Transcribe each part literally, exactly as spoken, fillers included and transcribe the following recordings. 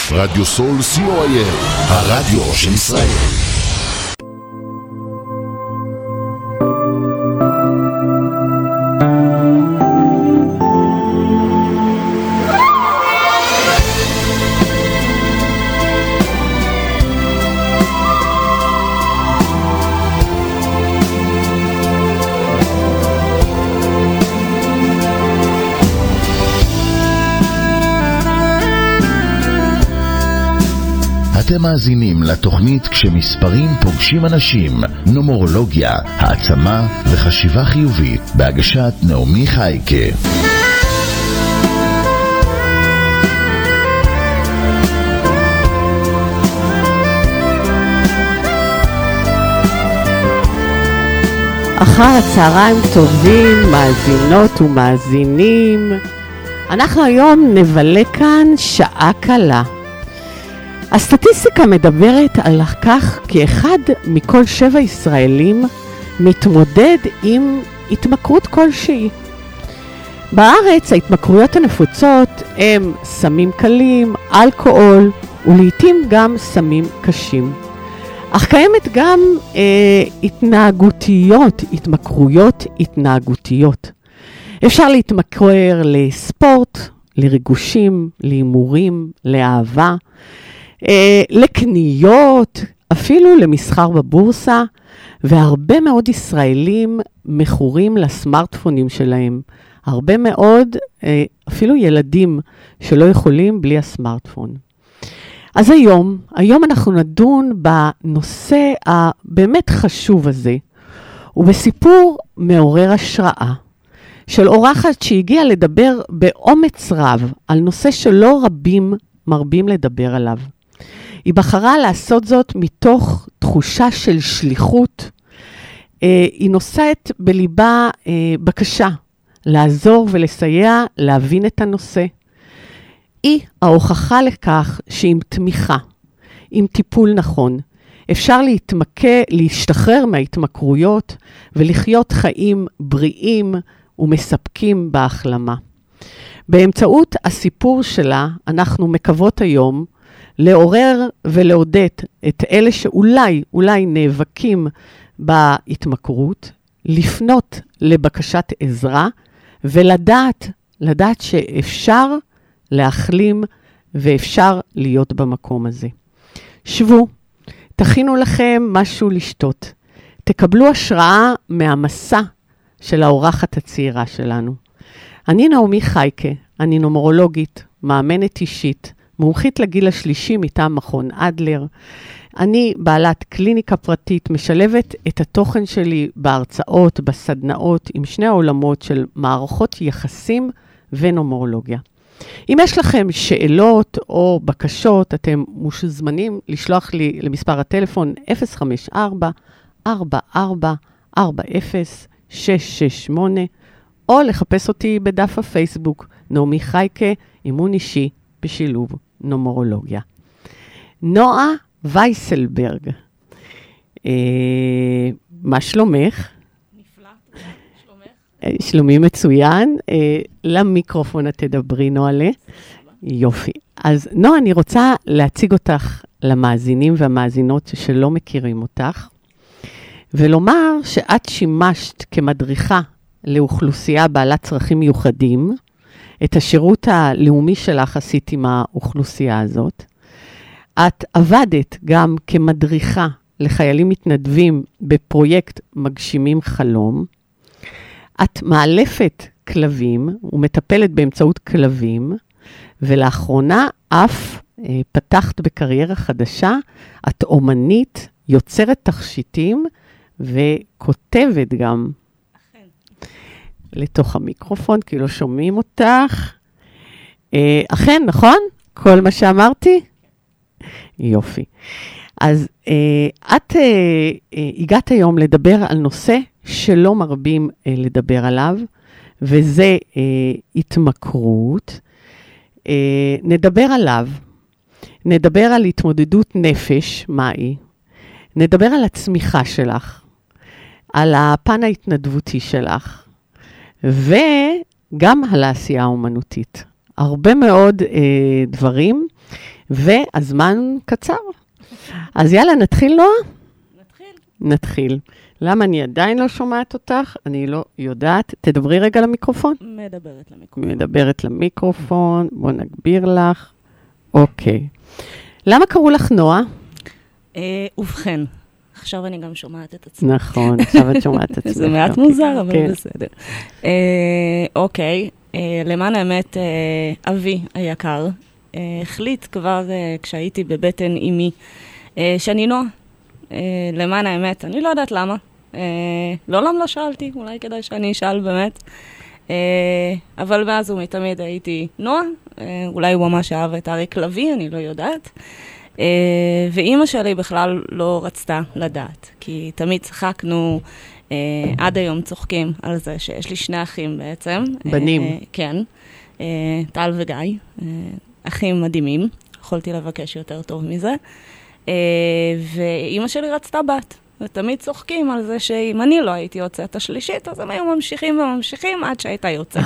רדיו סול סי או איי אל, הרדיו של ישראל. אתם מאזינים לתוכנית כשמספרים פוגשים אנשים, נומרולוגיה, העצמה וחשיבה חיובית, בהגשת נעמי חייקה. אחר הצהריים טובים, מאזינות ומאזינים. אנחנו היום נבלה כאן שעה קלה. הסטטיסטיקה מדברת על כך כי אחד מכל שבע ישראלים מתמודד עם התמכרות כלשהי. בארץ ההתמכרויות הנפוצות הם סמים קלים, אלכוהול ולעיתים גם סמים קשים. אך קיימת גם אה, התנהגותיות, התמכרויות התנהגותיות. אפשר להתמכר לספורט, לריגושים, להימורים, לאהבה, אה, לקניות, אפילו למסחר בבורסה, והרבה מאוד ישראלים מכורים לסמארטפונים שלהם. הרבה מאוד, אה, אפילו ילדים שלא יכולים בלי הסמארטפון. אז היום, היום אנחנו נדון בנושא הבאמת חשוב הזה, ובסיפור מעורר השראה, של אורחת שהגיעה לדבר באומץ רב על נושא שלא רבים מרבים לדבר עליו. היא בחרה לעשות זאת מתוך תחושה של שליחות. היא נושאת בליבה בקשה לעזור ולסייע להבין את הנושא. היא ההוכחה לכך שעם תמיכה, עם טיפול נכון, אפשר להתמקה, להשתחרר מההתמכרויות ולחיות חיים בריאים ומספקים בהחלמה. באמצעות הסיפור שלה אנחנו מקוות היום לעורר ולעודד את אלה שאולי, אולי נאבקים בהתמכרות, לפנות לבקשת עזרה ולדעת, לדעת שאפשר להחלים ואפשר להיות במקום הזה. שבו, תכינו לכם משהו לשתות. תקבלו השראה מהמסע של האורחת הצעירה שלנו. אני נעמי חייקה, אני נומרולוגית, מאמנת אישית, מומחית לגיל השלישי מטעם מכון אדלר. אני בעלת קליניקה פרטית, משלבת את התוכן שלי בהרצאות, בסדנאות, עם שני העולמות של מערכות יחסים ונומרולוגיה. אם יש לכם שאלות או בקשות, אתם מוזמנים לשלוח לי למספר הטלפון אפס חמש ארבע ארבע ארבע ארבע אפס שש שש שמונה, או לחפש אותי בדף הפייסבוק, נעמי חייקה, אימון אישי בשילוב נומרולוגיה. נועה וייסלברג, אה, מה שלומך? נפלא, שלומך? שלומי מצוין, אה, למיקרופון תדברי נועלה. יופי. אז נועה, אני רוצה להציג אותך למאזינים והמאזינות שלא מכירים אותך, ולומר שאת שימשת כמדריכה לאוכלוסייה בעלת צרכים מיוחדים. את השירות הלאומי שלך עשית עם האוכלוסייה הזאת. את עבדת גם כמדריכה לחיילים מתנדבים בפרויקט מגשימים חלום. את מאלפת כלבים ומטפלת באמצעות כלבים, ולאחרונה אף אה, פתחת בקריירה חדשה. את אומנית, יוצרת תכשיטים וכותבת גם. לתוך המיקרופון, כי לא שומעים אותך. אה, אכן, נכון? כל מה שאמרתי? יופי. אז אה, את אה, אה, הגעת היום לדבר על נושא שלא מרבים אה, לדבר עליו, וזה אה, התמכרות. אה, נדבר עליו. נדבר על התמודדות נפש, מהי? נדבר על הצמיחה שלך, על הפן ההתנדבותי שלך, וגם על העשייה האומנותית. הרבה מאוד אה, דברים, והזמן קצר. אז יאללה, נתחיל, נועה? נתחיל. נתחיל. למה אני עדיין לא שומעת אותך? אני לא יודעת. תדברי רגע למיקרופון. מדברת למיקרופון. מדברת למיקרופון. בוא נגביר לך. אוקיי. למה קראו לך נועה? אה, ובכן, עכשיו אני גם שומעת את עצמי. נכון, עכשיו את שומעת את עצמך. זה מעט מוזר, אבל כן. בסדר. אה, אוקיי, אה, למען האמת, אה, אבי היקר, אה, החליט כבר אה, כשהייתי בבטן אמי, אה, שאני נועה. אה, למען האמת, אני לא יודעת למה. אה, לעולם לא שאלתי, אולי כדאי שאני אשאל באמת. אה, אבל מאז ומתמיד הייתי נועה, אה, אולי הוא ממש אהב את אריק לוי, אני לא יודעת. Uh, ואימא שלי בכלל לא רצתה לדעת, כי תמיד צחקנו, uh, עד היום צוחקים על זה שיש לי שני אחים בעצם. בנים. Uh, כן, uh, טל וגיא, uh, אחים מדהימים, יכולתי לבקש יותר טוב מזה. Uh, ואימא שלי רצתה בת, ותמיד צוחקים על זה שאם אני לא הייתי יוצאת השלישית, אז הם היו ממשיכים וממשיכים עד שהייתה יוצאת.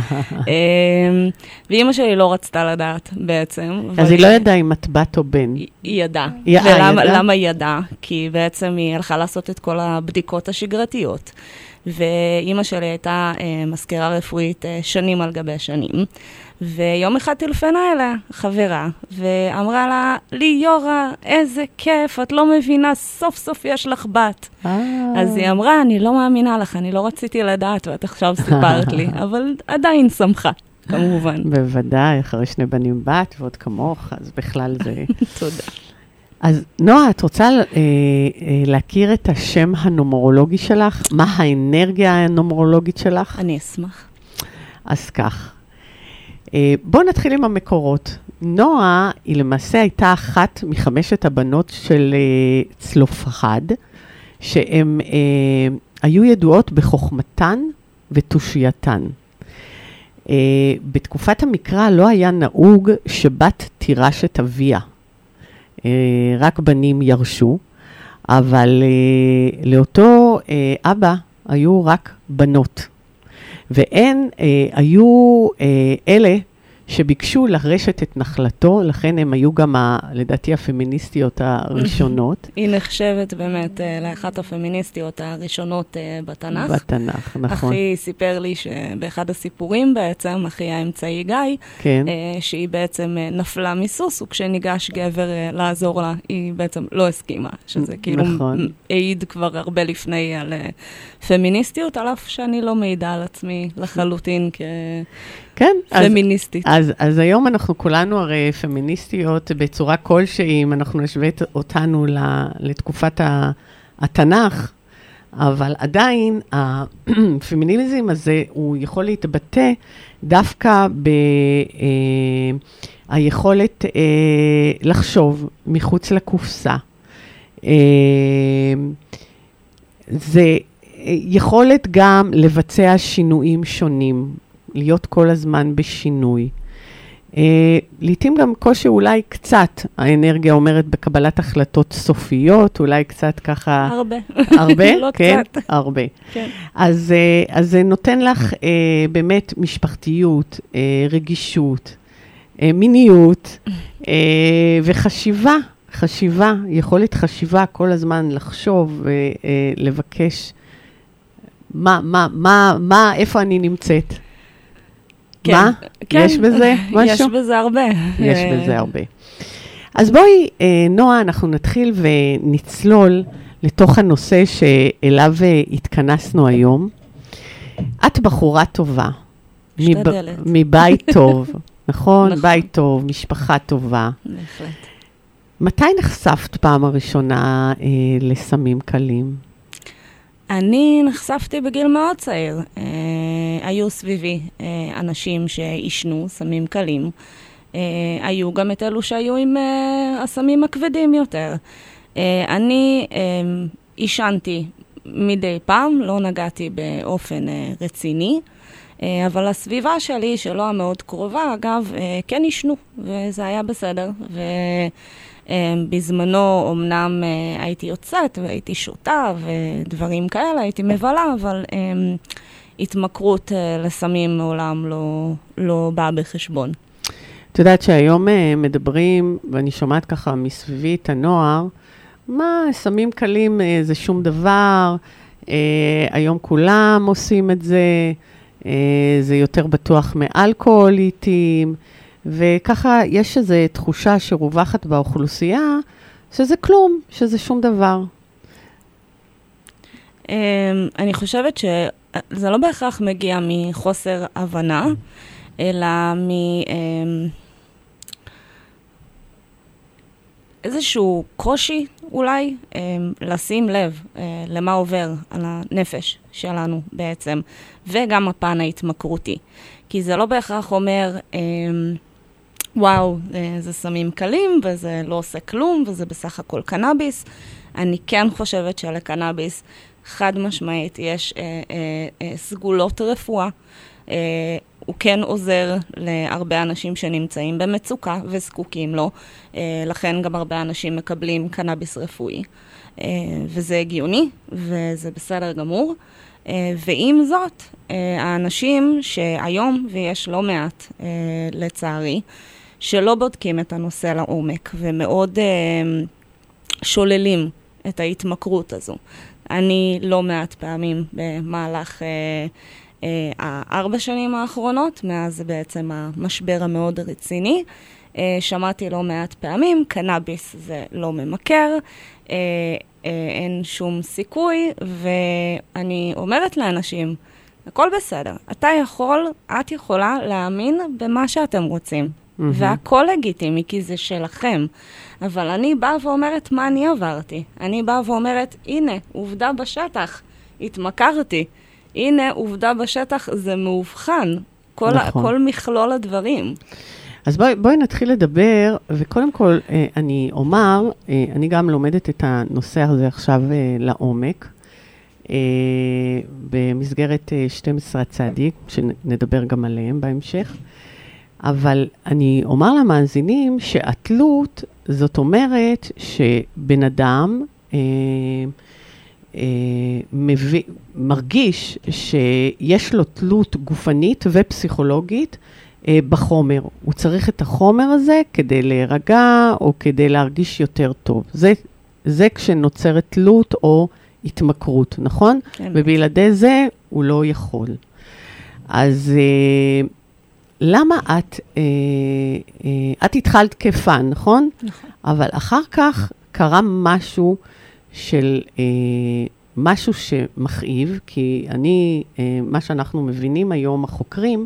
ואימא שלי לא רצתה לדעת בעצם. אז היא לא ידעה אם את בת או בן. היא ידעה. היא ידעה? ולמה היא ידעה? כי בעצם היא הלכה לעשות את כל הבדיקות השגרתיות. ואימא שלי הייתה מזכירה רפואית שנים על גבי שנים. ויום אחד טלפנה אליה, חברה, ואמרה לה, ליאורה, איזה כיף, את לא מבינה, סוף סוף יש לך בת. אז היא אמרה, אני לא מאמינה לך, אני לא רציתי לדעת, ואת עכשיו סיפרת לי, אבל עדיין שמחה, כמובן. בוודאי, אחרי שני בנים בת ועוד כמוך, אז בכלל זה... תודה. אז נועה, את רוצה אה, אה, להכיר את השם הנומרולוגי שלך? מה האנרגיה הנומרולוגית שלך? אני אשמח. אז כך. בואו נתחיל עם המקורות. נועה היא למעשה הייתה אחת מחמשת הבנות של צלופחד, שהן אה, היו ידועות בחוכמתן ותושייתן. אה, בתקופת המקרא לא היה נהוג שבת תירש את אביה. אה, רק בנים ירשו, אבל אה, לאותו אה, אבא היו רק בנות. והן אה, היו אה, אלה שביקשו לרשת את נחלתו, לכן הם היו גם, ה, לדעתי, הפמיניסטיות הראשונות. היא נחשבת באמת אה, לאחת הפמיניסטיות הראשונות אה, בתנ"ך. בתנ"ך, נכון. אחי סיפר לי שבאחד הסיפורים בעצם, אחי האמצעי גיא, כן. אה, שהיא בעצם אה, נפלה מסוס, וכשניגש גבר אה, לעזור לה, היא בעצם לא הסכימה, שזה כאילו נכון. העיד כבר הרבה לפני על אה, פמיניסטיות, על אף שאני לא מעידה על עצמי לחלוטין כפמיניסטית. כן, אז, אז, אז היום אנחנו כולנו הרי פמיניסטיות בצורה כלשהי, אם אנחנו נשווה אותנו לתקופת התנ"ך, אבל עדיין הפמיניזם הזה הוא יכול להתבטא דווקא ביכולת לחשוב מחוץ לקופסה. זה יכולת גם לבצע שינויים שונים, להיות כל הזמן בשינוי. לעתים גם קושי אולי קצת, האנרגיה אומרת בקבלת החלטות סופיות, אולי קצת ככה... הרבה. הרבה? לא כן, קצת. הרבה. כן. אז, אז זה נותן לך באמת משפחתיות, רגישות, מיניות וחשיבה, חשיבה, יכולת חשיבה כל הזמן לחשוב ולבקש מה, מה, מה, מה, איפה אני נמצאת? כן, מה? כן. יש בזה משהו? יש בזה הרבה. יש בזה הרבה. אז בואי, נועה, אנחנו נתחיל ונצלול לתוך הנושא שאליו התכנסנו היום. את בחורה טובה. משתדלת. מב... מבית טוב, נכון? נכון. בית טוב, משפחה טובה. בהחלט. מתי נחשפת פעם הראשונה אה, לסמים קלים? אני נחשפתי בגיל מאוד צעיר. אה, היו סביבי אה, אנשים שישנו סמים קלים. אה, היו גם את אלו שהיו עם אה, הסמים הכבדים יותר. אה, אני אה, ישנתי מדי פעם, לא נגעתי באופן אה, רציני, אה, אבל הסביבה שלי, שלא המאוד קרובה, אגב, אה, כן ישנו, וזה היה בסדר. ו... בזמנו אומנם הייתי יוצאת והייתי שותה ודברים כאלה, הייתי מבלה, אבל התמכרות לסמים מעולם לא, לא באה בחשבון. את יודעת שהיום מדברים, ואני שומעת ככה מסביבי את הנוער, מה, סמים קלים זה שום דבר, היום כולם עושים את זה, זה יותר בטוח מאלכוהול לעתים, וככה יש איזו תחושה שרווחת באוכלוסייה, שזה כלום, שזה שום דבר. אני חושבת שזה לא בהכרח מגיע מחוסר הבנה, אלא מאיזשהו קושי אולי לשים לב למה עובר על הנפש שלנו בעצם, וגם הפן ההתמכרותי. כי זה לא בהכרח אומר, וואו, זה סמים קלים וזה לא עושה כלום וזה בסך הכל קנאביס. אני כן חושבת שלקנאביס חד משמעית יש אה, אה, אה, סגולות רפואה. אה, הוא כן עוזר להרבה אנשים שנמצאים במצוקה וזקוקים לו. אה, לכן גם הרבה אנשים מקבלים קנאביס רפואי. אה, וזה הגיוני וזה בסדר גמור. אה, ועם זאת, אה, האנשים שהיום, ויש לא מעט אה, לצערי, שלא בודקים את הנושא לעומק ומאוד אה, שוללים את ההתמכרות הזו. אני לא מעט פעמים במהלך אה, אה, הארבע שנים האחרונות, מאז בעצם המשבר המאוד רציני, אה, שמעתי לא מעט פעמים, קנאביס זה לא ממכר, אה, אה, אין שום סיכוי, ואני אומרת לאנשים, הכל בסדר, אתה יכול, את יכולה להאמין במה שאתם רוצים, mm-hmm. והכל לגיטימי, כי זה שלכם. אבל אני באה ואומרת מה אני עברתי. אני באה ואומרת, הנה, עובדה בשטח, התמכרתי. הנה, עובדה בשטח, זה מאובחן. כל, נכון. כל מכלול הדברים. אז בואי, בואי נתחיל לדבר, וקודם כל, אני אומר, אני גם לומדת את הנושא הזה עכשיו לעומק, במסגרת שתים עשרה צעדים, שנדבר גם עליהם בהמשך. אבל אני אומר למאזינים שהתלות, זאת אומרת שבן אדם אה, אה, מביא, מרגיש שיש לו תלות גופנית ופסיכולוגית אה, בחומר. הוא צריך את החומר הזה כדי להירגע או כדי להרגיש יותר טוב. זה, זה כשנוצרת תלות או התמכרות, נכון? כן. ובלעדי זה הוא לא יכול. אז אה, למה את, אה, אה, את התחלת כפן, נכון? נכון. אבל אחר כך קרה משהו של, אה, משהו שמכאיב, כי אני, אה, מה שאנחנו מבינים היום, החוקרים,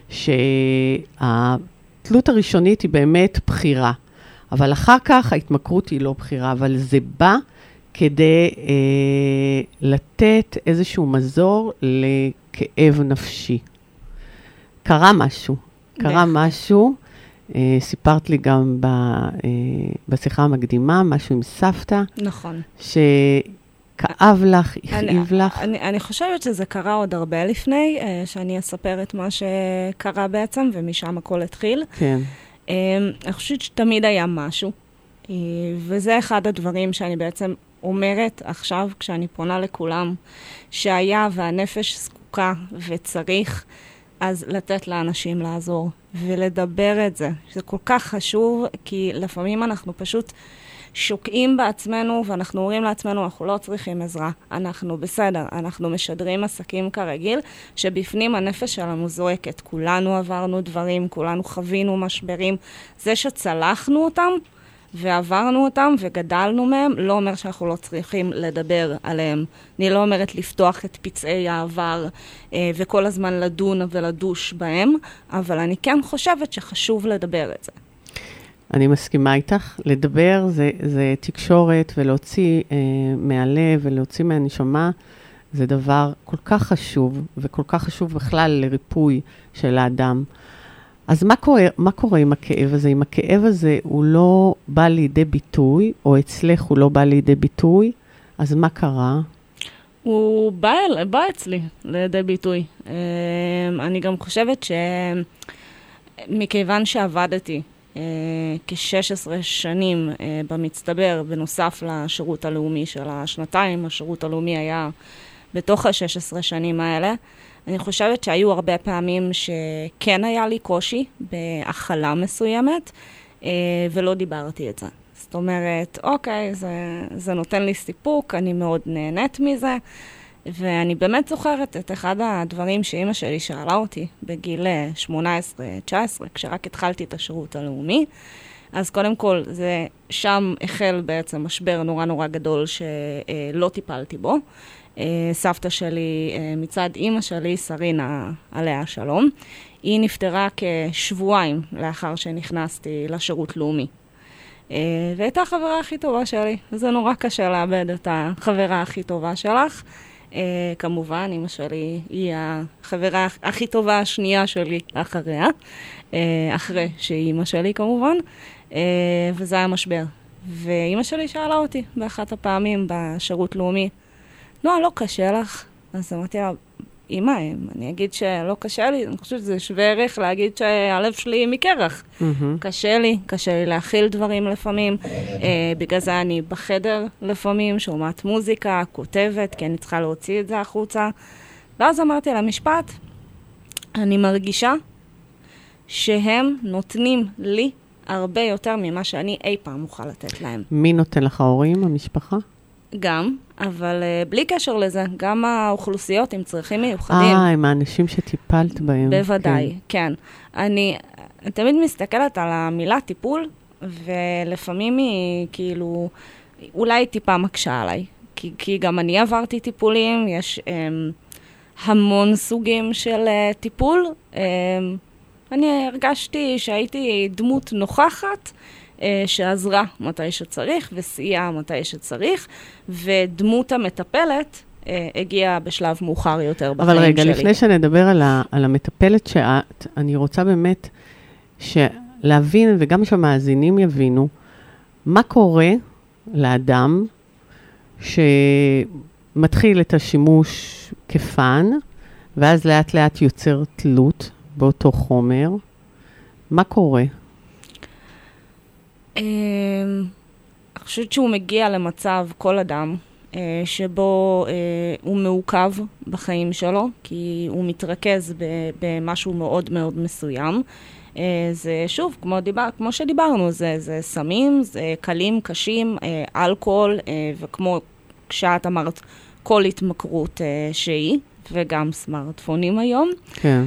שהתלות הראשונית היא באמת בחירה. אבל אחר כך ההתמכרות היא לא בחירה, אבל זה בא כדי אה, לתת איזשהו מזור לכאב נפשי. קרה משהו, קרה משהו, אה, סיפרת לי גם ב, אה, בשיחה המקדימה, משהו עם סבתא. נכון. שכאב לך, הכאיב לך. אני, אני חושבת שזה קרה עוד הרבה לפני, אה, שאני אספר את מה שקרה בעצם, ומשם הכל התחיל. כן. אה, אני חושבת שתמיד היה משהו, אה, וזה אחד הדברים שאני בעצם אומרת עכשיו, כשאני פונה לכולם, שהיה והנפש זקוקה וצריך, אז לתת לאנשים לעזור ולדבר את זה. זה כל כך חשוב, כי לפעמים אנחנו פשוט שוקעים בעצמנו, ואנחנו אומרים לעצמנו, אנחנו לא צריכים עזרה. אנחנו בסדר, אנחנו משדרים עסקים כרגיל, שבפנים הנפש שלנו זועקת. כולנו עברנו דברים, כולנו חווינו משברים. זה שצלחנו אותם, ועברנו אותם וגדלנו מהם, לא אומר שאנחנו לא צריכים לדבר עליהם. אני לא אומרת לפתוח את פצעי העבר אה, וכל הזמן לדון ולדוש בהם, אבל אני כן חושבת שחשוב לדבר את זה. אני מסכימה איתך. לדבר זה, זה תקשורת, ולהוציא אה, מהלב ולהוציא מהנשמה, זה דבר כל כך חשוב, וכל כך חשוב בכלל לריפוי של האדם. אז מה קורה, מה קורה עם הכאב הזה? אם הכאב הזה הוא לא בא לידי ביטוי, או אצלך הוא לא בא לידי ביטוי, אז מה קרה? הוא בא, בא אצלי לידי ביטוי. אני גם חושבת שמכיוון שעבדתי כ-שש עשרה שנים במצטבר, בנוסף לשירות הלאומי של השנתיים, השירות הלאומי היה בתוך ה-שש עשרה שנים האלה, אני חושבת שהיו הרבה פעמים שכן היה לי קושי בהכלה מסוימת, ולא דיברתי את זה. זאת אומרת, אוקיי, זה, זה נותן לי סיפוק, אני מאוד נהנית מזה, ואני באמת זוכרת את אחד הדברים שאמא שלי שאלה אותי בגיל שמונה עשרה תשע עשרה, כשרק התחלתי את השירות הלאומי. אז קודם כל, זה שם החל בעצם משבר נורא נורא גדול שלא טיפלתי בו. סבתא שלי, מצד אמא שלי, שרינה, עליה השלום, היא נפטרה כשבועיים לאחר שנכנסתי לשירות לאומי. והייתה החברה הכי טובה שלי. זה נורא קשה לאבד את החברה הכי טובה שלך. כמובן, אמא שלי היא החברה הכי טובה השנייה שלי אחריה, אחרי שהיא אמא שלי כמובן, וזה היה משבר. ואמא שלי שאלה אותי באחת הפעמים בשירות לאומי, נועה, לא קשה לך? אז אמרתי לה, אמא, אני אגיד שלא קשה לי, אני חושבת שזה שווה ערך להגיד שהלב שלי מקרח. Mm-hmm. קשה לי, קשה לי להכיל דברים לפעמים, אה, בגלל זה אני בחדר לפעמים, שומעת מוזיקה, כותבת, כי אני צריכה להוציא את זה החוצה. ואז אמרתי לה משפט, אני מרגישה שהם נותנים לי הרבה יותר ממה שאני אי פעם מוכן לתת להם. מי נותן לך, ההורים, המשפחה? גם, אבל uh, בלי קשר לזה, גם האוכלוסיות עם צרכים מיוחדים. אה, עם האנשים שטיפלת בהם. בוודאי, כן. כן. אני, אני תמיד מסתכלת על המילה טיפול, ולפעמים היא כאילו, אולי טיפה מקשה עליי. כי, כי גם אני עברתי טיפולים, יש um, המון סוגים של uh, טיפול. Um, אני הרגשתי שהייתי דמות נוכחת, שעזרה מתי שצריך, וסייעה מתי שצריך, ודמות המטפלת הגיעה בשלב מאוחר יותר בחיים שלי. אבל רגע, לפני שנדבר על, ה, על המטפלת שאת, אני רוצה באמת להבין, וגם שהמאזינים יבינו, מה קורה לאדם שמתחיל את השימוש כפן, ואז לאט לאט יוצר תלות באותו חומר. מה קורה? אני חושבת שהוא מגיע למצב, כל אדם, שבו הוא מעוכב בחיים שלו, כי הוא מתרכז במשהו מאוד מאוד מסוים. זה שוב, כמו, דיבר, כמו שדיברנו, זה, זה סמים, זה קלים, קשים, אלכוהול, וכמו כשאת אמרת, כל התמכרות שהיא, וגם סמארטפונים היום. כן.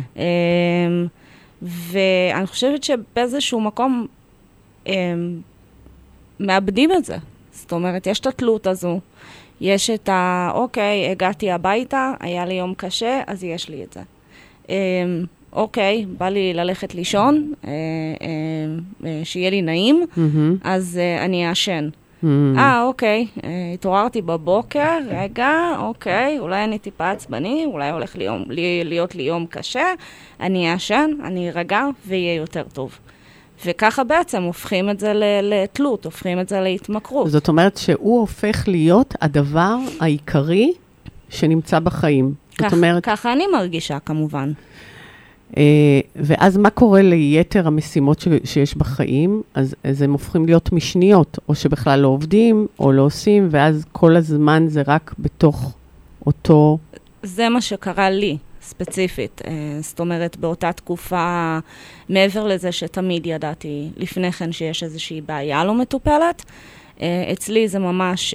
ואני חושבת שבאיזשהו מקום, הם מאבדים את זה. זאת אומרת, יש את התלות הזו, יש את ה, אוקיי, הגעתי הביתה, היה לי יום קשה, אז יש לי את זה. אוקיי, בא לי ללכת לישון, שיהיה לי נעים, אז אני אשן. אה, אוקיי, התעוררתי בבוקר, רגע, אוקיי, אולי אני טיפה עצבני, אולי הולך להיות לי יום קשה, אני אשן, אני ארגע, ויהיה יותר טוב. וככה בעצם הופכים את זה לתלות, הופכים את זה להתמכרות. זאת אומרת שהוא הופך להיות הדבר העיקרי שנמצא בחיים. כך, זאת אומרת... ככה אני מרגישה כמובן. ואז מה קורה ליתר המשימות ש, שיש בחיים? אז, אז הם הופכים להיות משניות, או שבכלל לא עובדים, או לא עושים, ואז כל הזמן זה רק בתוך אותו... זה מה שקרה לי. ספציפית. זאת אומרת, באותה תקופה, מעבר לזה שתמיד ידעתי לפני כן שיש איזושהי בעיה לא מטופלת, אצלי זה ממש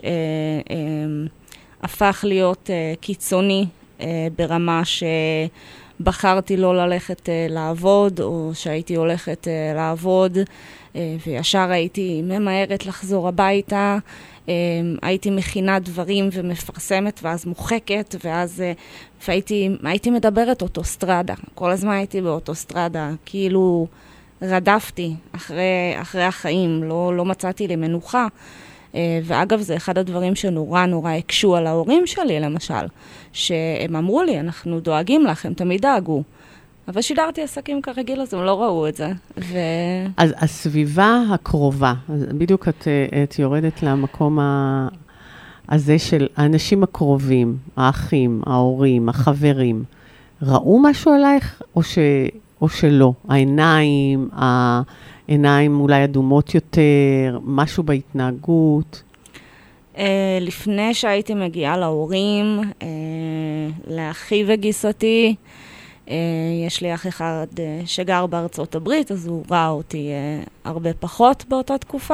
הפך להיות קיצוני ברמה שבחרתי לא ללכת לעבוד, או שהייתי הולכת לעבוד, וישר הייתי ממהרת לחזור הביתה, הייתי מכינה דברים ומפרסמת, ואז מוחקת, ואז והייתי, הייתי מדברת אוטוסטרדה. כל הזמן הייתי באוטוסטרדה, כאילו רדפתי אחרי, אחרי החיים, לא, לא מצאתי לי מנוחה. ואגב, זה אחד הדברים שנורא נורא הקשו על ההורים שלי, למשל, שהם אמרו לי, אנחנו דואגים לך, הם תמיד דאגו. אבל שידרתי עסקים כרגיל, אז הם לא ראו את זה. ו... אז הסביבה הקרובה, בדיוק את, את יורדת למקום ה... הזה של האנשים הקרובים, האחים, ההורים, החברים, ראו משהו עלייך או, ש... או שלא? העיניים, העיניים אולי אדומות יותר, משהו בהתנהגות? לפני שהייתי מגיעה להורים, לאחי וגיסתי, יש לי אח אחד שגר בארצות הברית, אז הוא ראה אותי הרבה פחות באותה תקופה.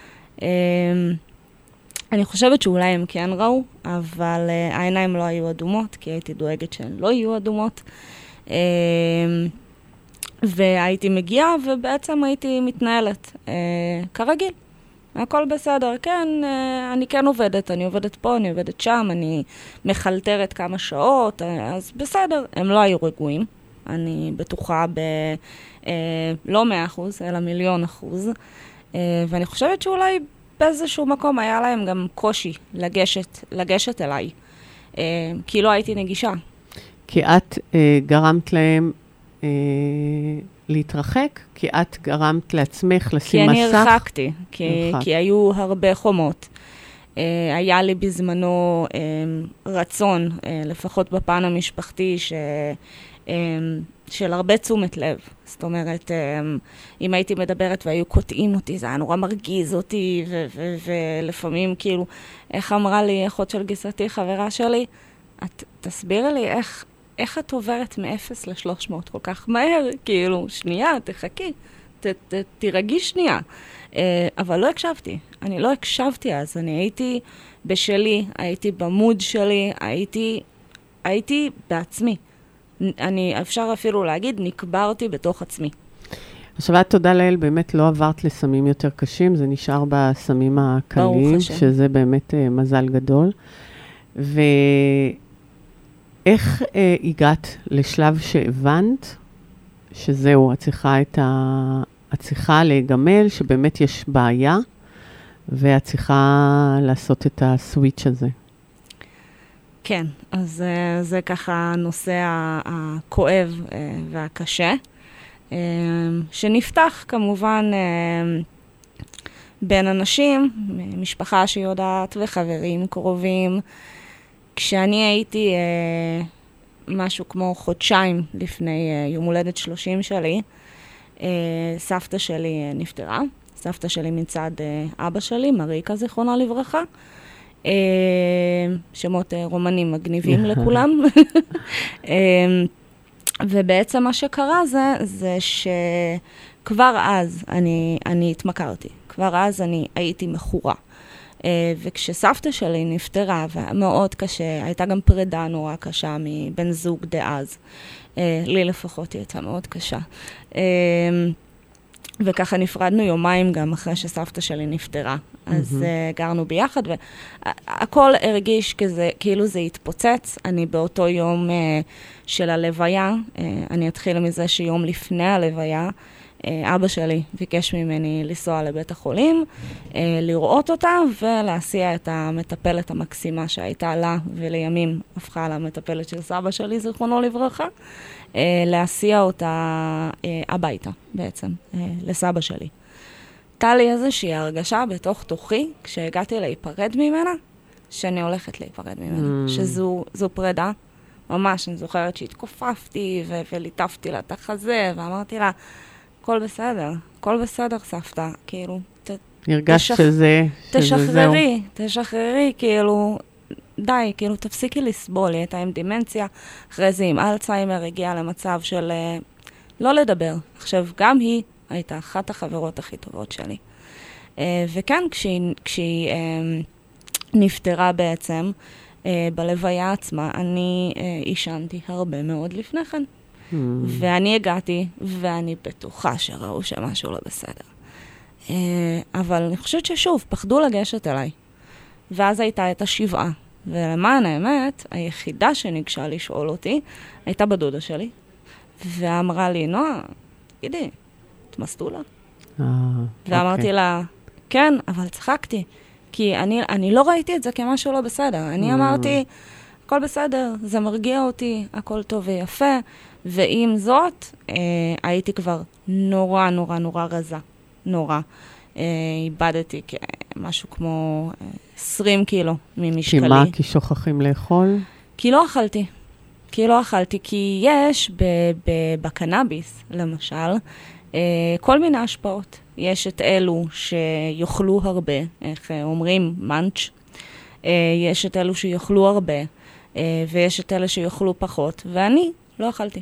אני חושבת שאולי הם כן ראו, אבל העיניים לא היו אדומות, כי הייתי דואגת שהן לא יהיו אדומות. והייתי מגיעה, ובעצם הייתי מתנהלת כרגיל. הכל בסדר, כן, אני כן עובדת, אני עובדת פה, אני עובדת שם, אני מחלטרת כמה שעות, אז בסדר, הם לא היו רגועים. אני בטוחה ב... לא מאה אחוז, אלא מיליון אחוז. ואני חושבת שאולי באיזשהו מקום היה להם גם קושי לגשת, לגשת אליי. כי לא הייתי נגישה. כי את גרמת להם... להתרחק, כי את גרמת לעצמך לשים מסך. כי אני הרחקתי, כי, כי היו הרבה חומות. Uh, היה לי בזמנו um, רצון, uh, לפחות בפן המשפחתי, ש, um, של הרבה תשומת לב. זאת אומרת, um, אם הייתי מדברת והיו קוטעים אותי, זה היה נורא מרגיז אותי, ו- ו- ולפעמים כאילו, איך אמרה לי אחות של גיסתי, חברה שלי, את תסבירי לי איך... איך את עוברת מ-אפס ל-שלוש מאות כל כך מהר? כאילו, שנייה, תחכי, ת, ת, תירגעי שנייה. Uh, אבל לא הקשבתי. אני לא הקשבתי אז. אני הייתי בשלי, הייתי במוד שלי, הייתי, הייתי בעצמי. אני, אפשר אפילו להגיד, נקברתי בתוך עצמי. עכשיו, את תודה לאל, באמת לא עברת לסמים יותר קשים, זה נשאר בסמים הקלים, שזה באמת uh, מזל גדול. ו... איך אה, הגעת לשלב שהבנת שזהו, את צריכה את ה... את צריכה להיגמל, שבאמת יש בעיה, ואת צריכה לעשות את הסוויץ' הזה? כן, אז uh, זה ככה הנושא הכואב uh, והקשה, uh, שנפתח כמובן uh, בין אנשים, משפחה שיודעת וחברים קרובים, כשאני הייתי אה, משהו כמו חודשיים לפני אה, יום הולדת שלושים שלי, אה, סבתא שלי אה, נפטרה. סבתא שלי מצד אה, אבא שלי, מריקה זיכרונה לברכה. אה, שמות אה, רומנים מגניבים לכולם. אה, ובעצם מה שקרה זה, זה שכבר אז אני, אני התמכרתי. כבר אז אני הייתי מכורה. Uh, וכשסבתא שלי נפטרה, ומאוד קשה, הייתה גם פרידה נורא קשה מבן זוג דאז. Uh, לי לפחות היא הייתה מאוד קשה. Uh, וככה נפרדנו יומיים גם אחרי שסבתא שלי נפטרה. Mm-hmm. אז uh, גרנו ביחד, והכל הרגיש כזה, כאילו זה התפוצץ. אני באותו יום uh, של הלוויה, uh, אני אתחיל מזה שיום לפני הלוויה, אבא שלי ביקש ממני לנסוע לבית החולים, לראות אותה ולהסיע את המטפלת המקסימה שהייתה לה, ולימים הפכה למטפלת של סבא שלי, זיכרונו לברכה, להסיע אותה הביתה בעצם, לסבא שלי. הייתה לי איזושהי הרגשה בתוך תוכי, כשהגעתי להיפרד ממנה, שאני הולכת להיפרד ממנה, mm. שזו זו פרידה. ממש, אני זוכרת שהתכופפתי ו- וליטפתי לה את החזה, ואמרתי לה, הכל בסדר, הכל בסדר, סבתא, כאילו, ת, הרגש תשח... שזה, שזה תשחררי, זהו. תשחררי, כאילו, די, כאילו, תפסיקי לסבול, היא הייתה עם דימנציה, אחרי זה עם אלצהיימר, הגיעה למצב של לא לדבר. עכשיו, גם היא הייתה אחת החברות הכי טובות שלי. וכן, כשהיא, כשהיא נפטרה בעצם, בלוויה עצמה, אני אישנתי הרבה מאוד לפני כן. Hmm. ואני הגעתי, ואני בטוחה שראו שמשהו לא בסדר. Uh, אבל אני חושבת ששוב, פחדו לגשת אליי. ואז הייתה את השבעה. ולמען האמת, היחידה שניגשה לשאול אותי, הייתה בדודה שלי. ואמרה לי, נועה, תגידי, את מסטולה? Ah, ואמרתי okay. לה, כן, אבל צחקתי. כי אני, אני לא ראיתי את זה כמשהו לא בסדר. אני hmm. אמרתי, הכל בסדר, זה מרגיע אותי, הכל טוב ויפה. ועם זאת, אה, הייתי כבר נורא, נורא, נורא רזה. נורא. אה, איבדתי משהו כמו עשרים קילו ממשקלי. כי מה? כי שוכחים לאכול? כי לא אכלתי. כי לא אכלתי. כי יש ב- ב- בקנאביס, למשל, אה, כל מיני השפעות. יש את אלו שיוכלו הרבה, איך אומרים, מנץ', יש את אלו שיאכלו הרבה, ויש את אלה שיאכלו פחות, ואני לא אכלתי.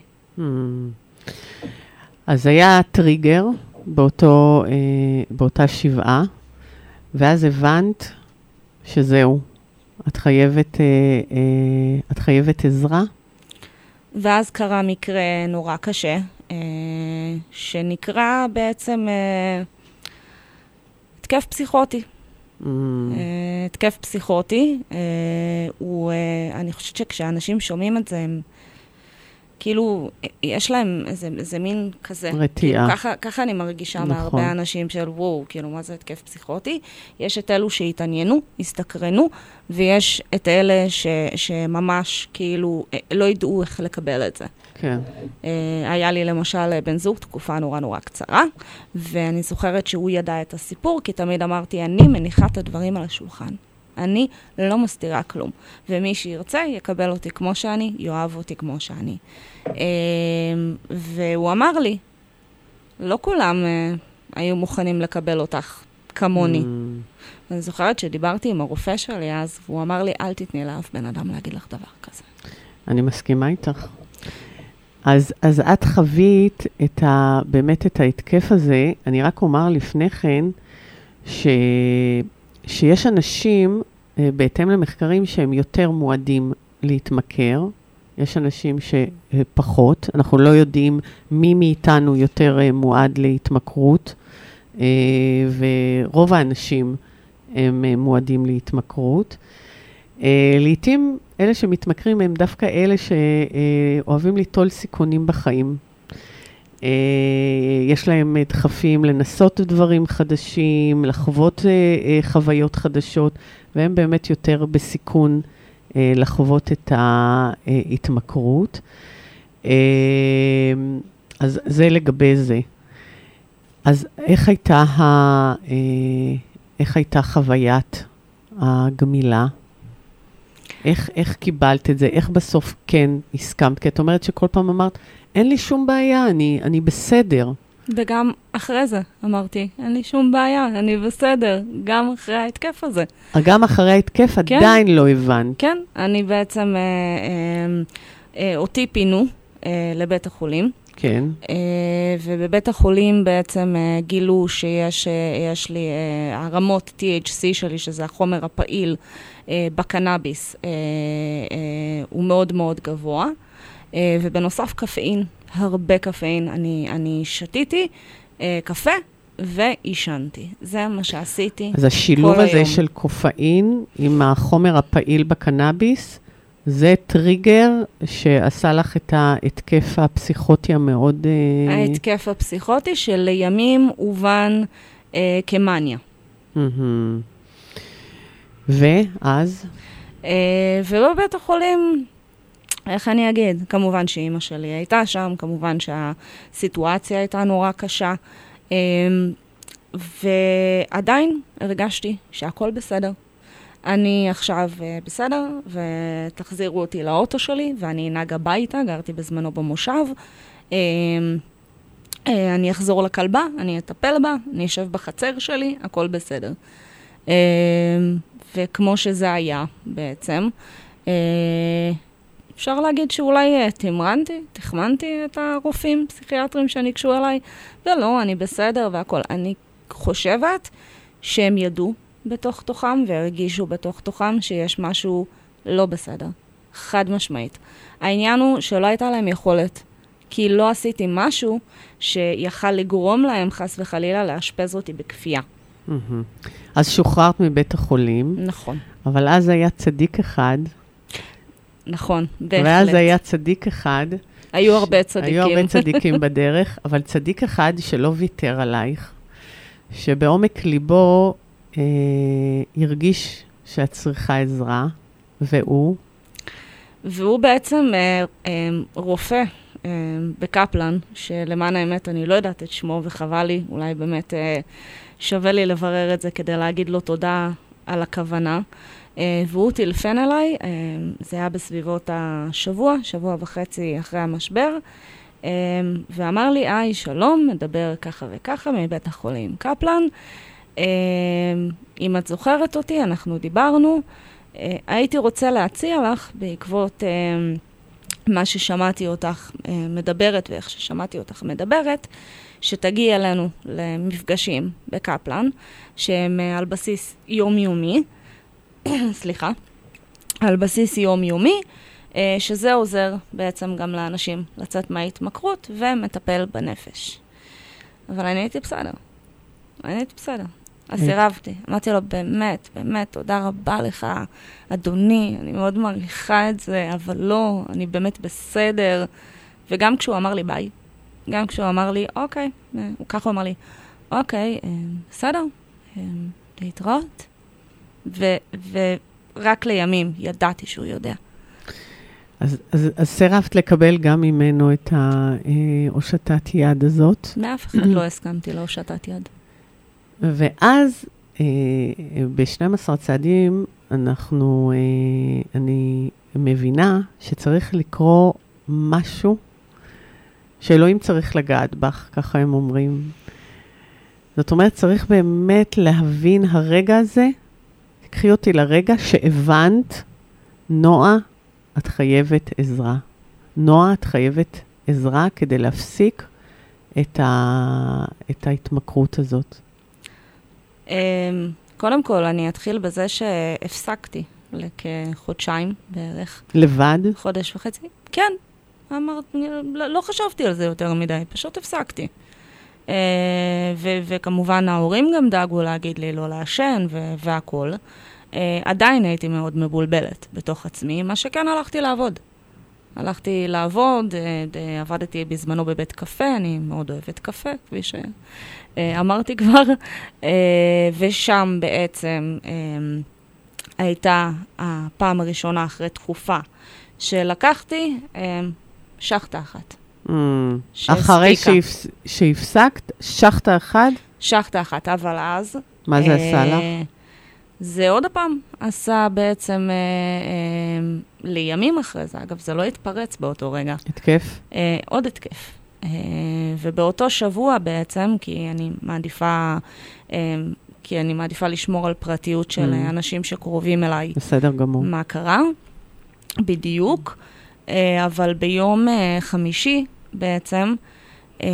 אז היה טריגר באותו, באותה שבעה, ואז הבנת שזהו, את חייבת, את חייבת עזרה? ואז קרה מקרה נורא קשה, שנקרא בעצם התקף פסיכוטי. Mm. התקף פסיכוטי, הוא, אני חושבת שכשאנשים שומעים את זה, הם, כאילו, יש להם איזה, איזה מין כזה. רתיעה. כאילו, ככה, ככה אני מרגישה נכון. מהרבה אנשים של וואו, כאילו, מה זה התקף פסיכוטי? יש את אלו שהתעניינו, הסתקרנו, ויש את אלה ש, שממש, כאילו, לא ידעו איך לקבל את זה. כן. היה לי למשל בן זוג תקופה נורא נורא קצרה, ואני זוכרת שהוא ידע את הסיפור, כי תמיד אמרתי, אני מניחה את הדברים על השולחן. אני לא מסתירה כלום. ומי שירצה יקבל אותי כמו שאני, יאהב אותי כמו שאני. והוא אמר לי, לא כולם היו מוכנים לקבל אותך כמוני. אני זוכרת שדיברתי עם הרופא שלי אז, והוא אמר לי, אל תתני לאף בן אדם להגיד לך דבר כזה. אני מסכימה איתך. אז, אז את חווית את ה, באמת את ההתקף הזה. אני רק אומר לפני כן, ש, שיש אנשים, בהתאם למחקרים, שהם יותר מועדים להתמכר. יש אנשים שפחות. אנחנו לא יודעים מי מאיתנו יותר מועד להתמכרות, ורוב האנשים הם מועדים להתמכרות. לעתים אלה שמתמכרים הם דווקא אלה שאוהבים ליטול סיכונים בחיים. יש להם דחפים לנסות דברים חדשים, לחוות חוויות חדשות, והם באמת יותר בסיכון לחוות את ההתמכרות. אז זה לגבי זה. אז איך הייתה, ה, איך הייתה חוויית הגמילה? איך, איך קיבלת את זה? איך בסוף כן הסכמת? כי את אומרת שכל פעם אמרת, אין לי שום בעיה, אני, אני בסדר. וגם אחרי זה אמרתי, אין לי שום בעיה, אני בסדר, גם אחרי ההתקף הזה. גם אחרי ההתקף כן. עדיין לא הבנת. כן, אני בעצם, אה, אה, אה, אותי פינו אה, לבית החולים. כן. אה, ובבית החולים בעצם אה, גילו שיש אה, יש לי אה, הרמות T H C שלי, שזה החומר הפעיל אה, בקנאביס, אה, אה, הוא מאוד מאוד גבוה. Uh, ובנוסף קפאין, הרבה קפאין, אני, אני שתיתי uh, קפה וישנתי. זה מה שעשיתי. אז השילוב הזה היום. של קופאין עם החומר הפעיל בקנאביס, זה טריגר שעשה לך את ההתקף הפסיכוטי המאוד... Uh... ההתקף הפסיכוטי שלימים הובן uh, כמניה. Mm-hmm. ואז? Uh, ובבית החולים... איך אני אגיד? כמובן שאימא שלי הייתה שם, כמובן שהסיטואציה הייתה נורא קשה, ועדיין הרגשתי שהכל בסדר. אני עכשיו בסדר, ותחזירו אותי לאוטו שלי, ואני אנהג הביתה, גרתי בזמנו במושב. אני אחזור לכלבה, אני אטפל בה, אני אשב בחצר שלי, הכל בסדר. וכמו שזה היה בעצם, אפשר להגיד שאולי תמרנתי, תחמנתי את הרופאים, פסיכיאטרים שניגשו אליי, ולא, אני בסדר והכל. אני חושבת שהם ידעו בתוך תוכם והרגישו בתוך תוכם שיש משהו לא בסדר. חד משמעית. העניין הוא שלא הייתה להם יכולת, כי לא עשיתי משהו שיכל לגרום להם חס וחלילה להשפז אותי בכפייה. אז שוחררת מבית החולים. נכון. אבל אז היה צדיק אחד. נכון, בהחלט. ואז היה צדיק אחד. היו הרבה צדיקים. היו הרבה צדיקים בדרך, אבל צדיק אחד שלא ויתר עלייך, שבעומק ליבו אה, הרגיש שאת צריכה עזרה, והוא? והוא בעצם אה, אה, רופא אה, בקפלן, שלמען האמת אני לא יודעת את שמו, וחבל לי, אולי באמת אה, שווה לי לברר את זה כדי להגיד לו תודה על הכוונה. Uh, והוא טלפן אליי, uh, זה היה בסביבות השבוע, שבוע וחצי אחרי המשבר, uh, ואמר לי, היי, שלום, מדבר ככה וככה מבית החולים קפלן, uh, אם את זוכרת אותי, אנחנו דיברנו, אה, הייתי רוצה להציע לך, בעקבות אה, מה ששמעתי אותך אה, מדברת, ואיך ששמעתי אותך מדברת, שתגיע אלינו למפגשים בקפלן, שהם אה, על בסיס יומיומי, סליחה, על בסיס יומיומי, אה, שזה עוזר בעצם גם לאנשים לצאת מההתמכרות ומטפל בנפש. אבל אני הייתי בסדר. אני הייתי בסדר. אז סירבתי. אמרתי לו, באמת, באמת, תודה רבה לך, אדוני, אני מאוד מעריכה את זה, אבל לא, אני באמת בסדר. וגם כשהוא אמר לי ביי, גם כשהוא אמר לי, אוקיי, הוא ככה אמר לי, אוקיי, בסדר, להתראות. ורק לימים ידעתי שהוא יודע. אז, אז, אז סירבת לקבל גם ממנו את ההושטת יד הזאת. מאף אחד לא הסכמתי להושטת יד. ואז אה, ב-שנים עשר צעדים אנחנו, אה, אני מבינה שצריך לקרוא משהו שאלוהים צריך לגעת בך, ככה הם אומרים. זאת אומרת, צריך באמת להבין הרגע הזה, תקחי אותי לרגע שהבנת, נועה, את חייבת עזרה. נועה, את חייבת עזרה כדי להפסיק את, ה... את ההתמכרות הזאת. קודם כל, אני אתחיל בזה שהפסקתי לכחודשיים בערך. לבד? חודש וחצי. כן, אמרת, לא, לא חשבתי על זה יותר מדי, פשוט הפסקתי. ו- וכמובן, ההורים גם דאגו להגיד לי לא לעשן ו- והכל. עדיין הייתי מאוד מבולבלת בתוך עצמי, מה שכן הלכתי לעבוד. הלכתי לעבוד, עבדתי בזמנו בבית קפה, אני מאוד אוהבת קפה, כפי שאמרתי כבר, ושם בעצם הייתה הפעם הראשונה אחרי תקופה שלקחתי שחטה אחת. אחרי שהפסקת, שחטה אחת? שחטה אחת, אבל אז... מה זה עשה לך? זה עוד הפעם עשה בעצם אה, אה, לימים אחרי זה. אגב, זה לא התפרץ באותו רגע. התקף? אה, עוד התקף. אה, ובאותו שבוע בעצם, כי אני מעדיפה, אה, כי אני מעדיפה לשמור על פרטיות של mm. אנשים שקרובים אליי. בסדר גמור. מה קרה? בדיוק. אה, אבל ביום אה, חמישי בעצם, אה,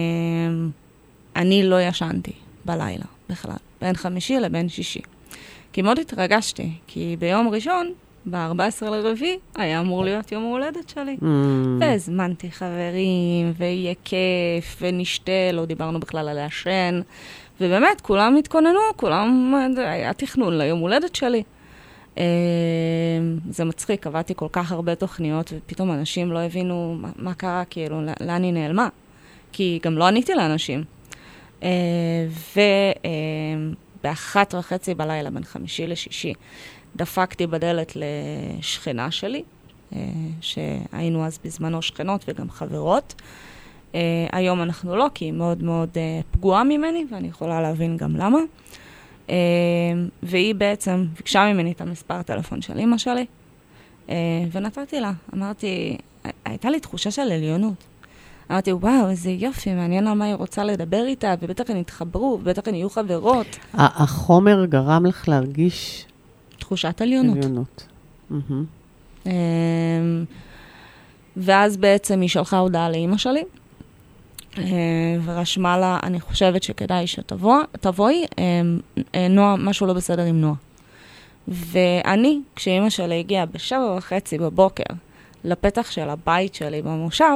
אני לא ישנתי בלילה בכלל. בין חמישי לבין שישי. כי מאוד התרגשתי, כי ביום ראשון, ב-ארבעה עשר לרביעי, היה אמור להיות יום ההולדת שלי. Mm. והזמנתי חברים, ויהיה כיף, ונשתה, לא דיברנו בכלל על לעשן, ובאמת, כולם התכוננו, כולם, היה תכנון ליום הולדת שלי. זה מצחיק, עבדתי כל כך הרבה תוכניות, ופתאום אנשים לא הבינו מה, מה קרה, כאילו, לאן היא נעלמה. כי גם לא עניתי לאנשים. ו... באחת וחצי בלילה, בין חמישי לשישי, דפקתי בדלת לשכנה שלי, שהיינו אז בזמנו שכנות וגם חברות. היום אנחנו לא, כי היא מאוד מאוד פגועה ממני, ואני יכולה להבין גם למה. והיא בעצם ביקשה ממני את המספר הטלפון של אמא שלי, ונתתי לה. אמרתי, הייתה לי תחושה של עליונות. אמרתי, וואו, איזה יופי, מעניין על מה היא רוצה לדבר איתה, ובטח הן יתחברו, ובטח הן יהיו חברות. החומר גרם לך להרגיש... תחושת עליונות. עליונות. ואז בעצם היא שלחה הודעה לאמא שלי, ורשמה לה, אני חושבת שכדאי שתבואי, נועה, משהו לא בסדר עם נועה. ואני, כשאמא שלי הגיעה בשבע וחצי בבוקר, לפתח של הבית שלי במושב,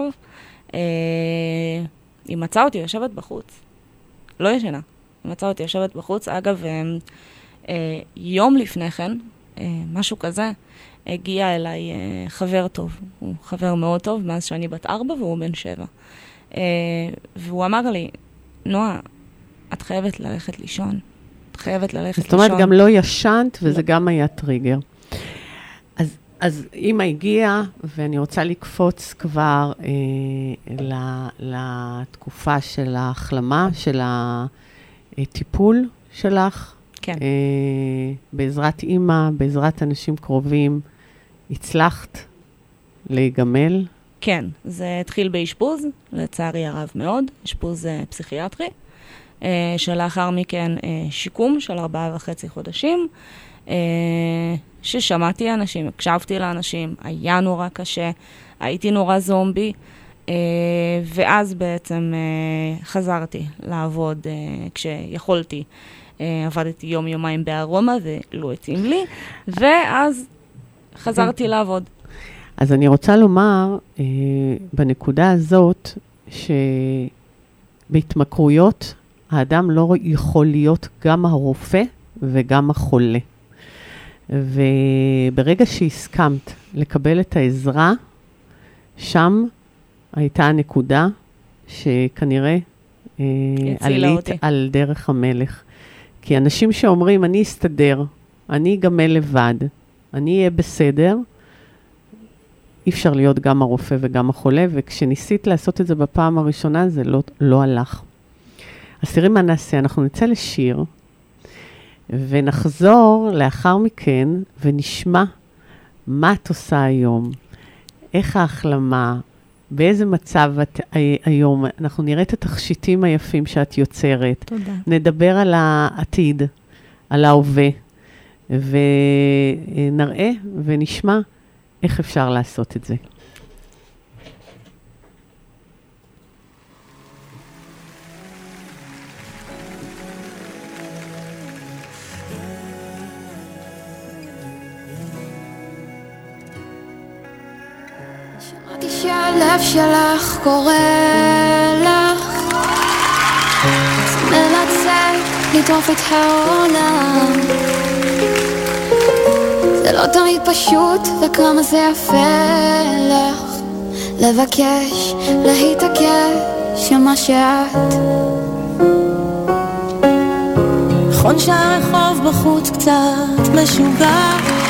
היא מצאה אותי יושבת בחוץ. לא ישנה. היא מצאה אותי יושבת בחוץ. אגב, יום לפני כן, משהו כזה, הגיע אליי חבר טוב. הוא חבר מאוד טוב, מאז שאני בת ארבע והוא בן שבע. והוא אמר לי, נועה, את חייבת ללכת לישון. את חייבת ללכת לישון. זאת אומרת, גם לא ישנת, וזה גם היה טריגר. אז אז אמא הגיעה, ואני רוצה לקפוץ כבר אה, לתקופה של ההחלמה, של הטיפול שלך. כן. אה, בעזרת אמא, בעזרת אנשים קרובים, הצלחת להיגמל? כן, זה התחיל באשפוז, לצערי הרב מאוד, אשפוז אה, פסיכיאטרי. שלאחר מכן שיקום של ארבעה וחצי חודשים, ששמעתי אנשים, הקשבתי לאנשים, היה נורא קשה, הייתי נורא זומבי, ואז בעצם חזרתי לעבוד כשיכולתי. עבדתי יום יומיים בארומה ולא התאים לי, ואז חזרתי לעבוד. אז אני רוצה לומר בנקודה הזאת, שבהתמכרויות האדם לא יכול להיות גם הרופא וגם החולה. וברגע שהסכמת לקבל את העזרה, שם הייתה הנקודה שכנראה עלית על דרך המלך. כי אנשים שאומרים, אני אסתדר, אני אגמל לבד, אני אהיה בסדר, אי אפשר להיות גם הרופא וגם החולה, וכשניסית לעשות את זה בפעם הראשונה, זה לא, לא הלך. אז תראי מה נעשה, אנחנו נצא לשיר, ונחזור לאחר מכן, ונשמע מה את עושה היום, איך ההחלמה, באיזה מצב את היום, אנחנו נראה את התכשיטים היפים שאת יוצרת. תודה. נדבר על העתיד, על ההווה, ונראה ונשמע איך אפשר לעשות את זה. שמעתי שהלב שלך קורא לך, זה מלצאת לטרוף את העולם, זה לא תמיד פשוט וכמה זה יפה לך לבקש, להתעקש על מה שאת. נכון שהרחוב בחוץ קצת משוגע,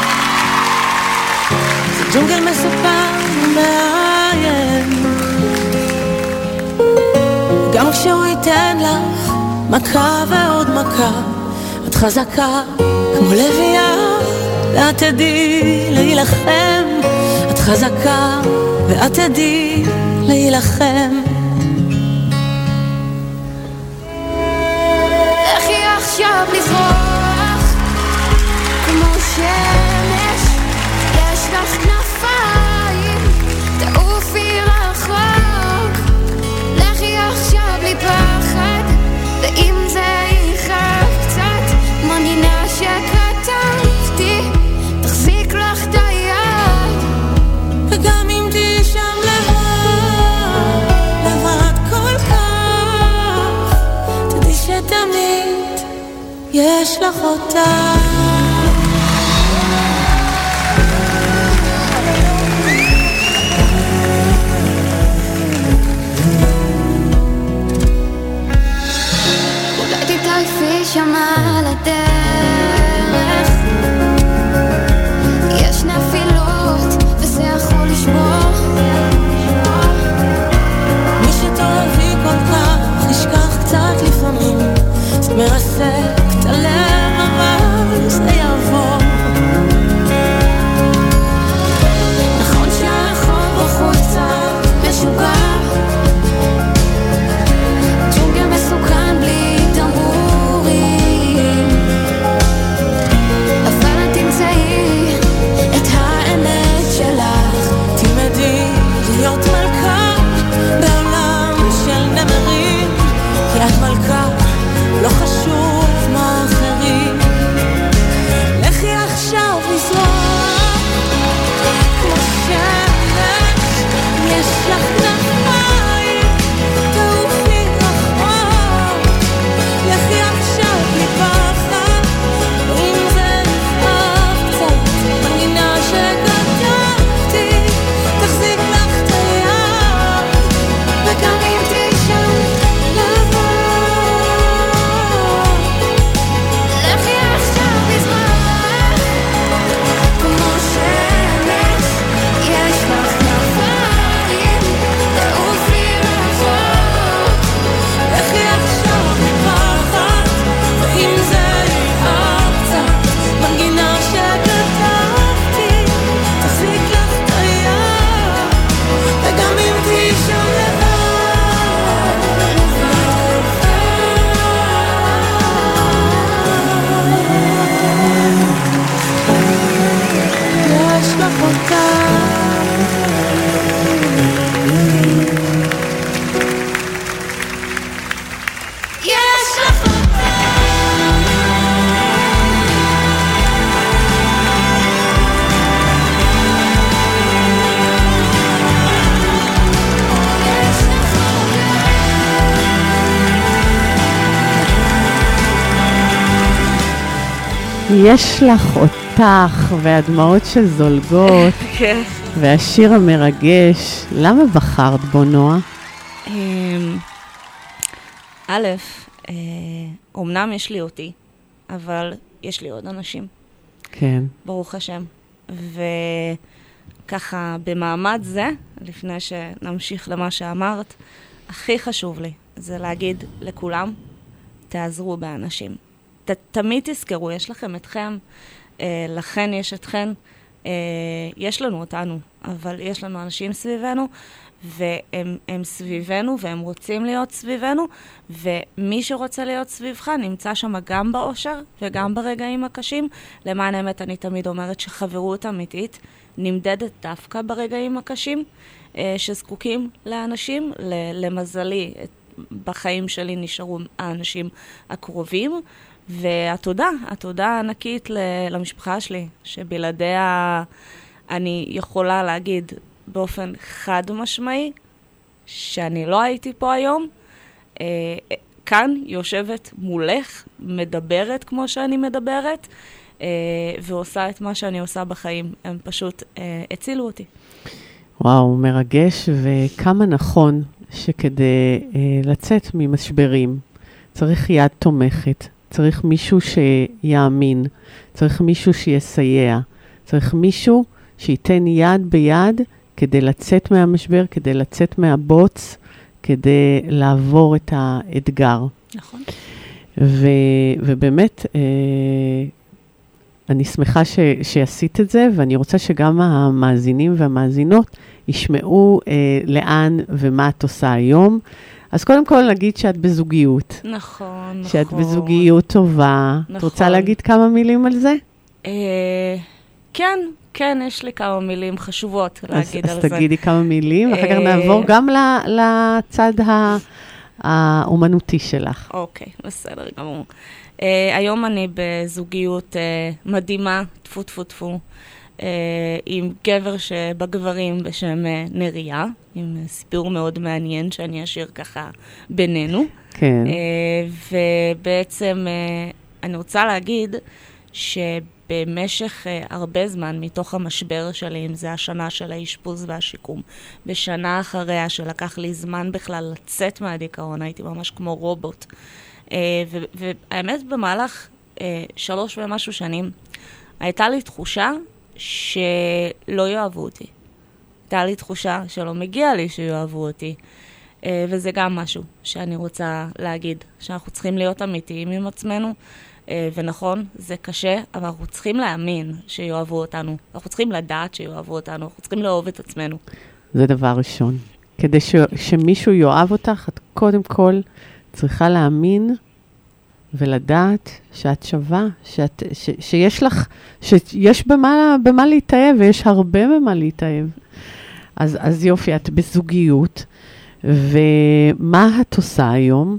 זה ג'ונגל מסופר ומעיין, גם כשהוא ייתן לך מכה ועוד מכה, את חזקה כמו לביאה, ואת תדעי להילחם, את חזקה ואת תדעי להילחם. איך היא עכשיו לזרוח כמו שמש, יש לך כנפיים, תעופי רחוק, לכי עכשיו בלי פחד, ואם זה יכאב קצת, מנגינה שכתבתי תחזיק לך את היד, וגם אם תהי שם לבד, לבד כל כך, תדעי שתמיד יש לך אותה. אולי תתעייפי שם על הדרך, יש נפילות וזה יכול לשבור, מי שתאהבי כל כך ישכח קצת לפעמים, זה מרסק את הלב אבל זה יעבור. נכון שהרחוב בחוץ קצת משוגע, ג'ונגל מסוכן בלי טמבורים, יש לך אותך והדמעות שזולגות כן. והשיר המרגש. למה בחרת בו, נועה? א', אומנם יש לי אותי, אבל יש לי עוד אנשים. כן. ברוך השם. וככה, במעמד זה, לפני שנמשיך למה שאמרת, הכי חשוב לי זה להגיד לכולם, תעזרו באנשים. ת, תמיד תזכרו, יש לכם אתכם, אה, לכן יש אתכן, אה, יש לנו אותנו, אבל יש לנו אנשים סביבנו, והם הם סביבנו, והם רוצים להיות סביבנו, ומי שרוצה להיות סביבך נמצא שם גם באושר, וגם ברגעים הקשים. למען האמת, אני תמיד אומרת שחברות אמיתית נמדדת דווקא ברגעים הקשים, אה, שזקוקים לאנשים. למזלי, בחיים שלי נשארו האנשים הקרובים, והתודה, התודה הענקית למשפחה שלי, שבלעדיה אני יכולה להגיד באופן חד משמעי, שאני לא הייתי פה היום, אה, כאן יושבת מולך, מדברת כמו שאני מדברת, אה, ועושה את מה שאני עושה בחיים. הם פשוט אה, הצילו אותי. וואו, מרגש, וכמה נכון שכדי אה, לצאת ממשברים, צריך יד תומכת, צריך מישהו שיאמין, צריך מישהו שיסייע, צריך מישהו שייתן יד ביד כדי לצאת מהמשבר, כדי לצאת מהבוץ, כדי לעבור את האתגר. נכון. ו, ובאמת, אה, אני שמחה ש, שעשית את זה, ואני רוצה שגם המאזינים והמאזינות ישמעו אה, לאן ומה את עושה היום. אז קודם כל נגיד שאת בזוגיות. נכון, נכון. שאת בזוגיות טובה. נכון. את רוצה להגיד כמה מילים על זה? אה, כן, כן, יש לי כמה מילים חשובות להגיד אז, על אז זה. אז תגידי כמה מילים, ואחר כך נעבור גם לצד האומנותי שלך. אוקיי, בסדר גמור. Uh, היום אני בזוגיות uh, מדהימה, טפו טפו טפו, uh, עם גבר שבגברים בשם uh, נריה, עם uh, סיפור מאוד מעניין שאני אשאיר ככה בינינו. כן. Uh, ובעצם uh, אני רוצה להגיד שבמשך uh, הרבה זמן מתוך המשבר שלי, אם זה השנה של האשפוז והשיקום, בשנה אחריה שלקח לי זמן בכלל לצאת מהדיכאון, הייתי ממש כמו רובוט. Uh, והאמת במהלך uh, שלוש ומשהו שנים הייתה לי תחושה שלא יאהבו אותי. הייתה לי תחושה שלא מגיע לי שיאהבו אותי. Uh, וזה גם משהו שאני רוצה להגיד, שאנחנו צריכים להיות אמיתיים עם עצמנו, uh, ונכון, זה קשה, אבל אנחנו צריכים להאמין שיאהבו אותנו. אנחנו צריכים לדעת שיאהבו אותנו, אנחנו צריכים לאהוב את עצמנו. זה דבר ראשון. כדי ש, שמישהו יאהב אותך, את קודם כל צריכה להאמין ולדעת שאת שווה, שאת, ש, שיש לך, שיש במה, במה להתאהב, ויש הרבה במה להתאהב. אז, אז יופי, את בזוגיות, ומה את עושה היום?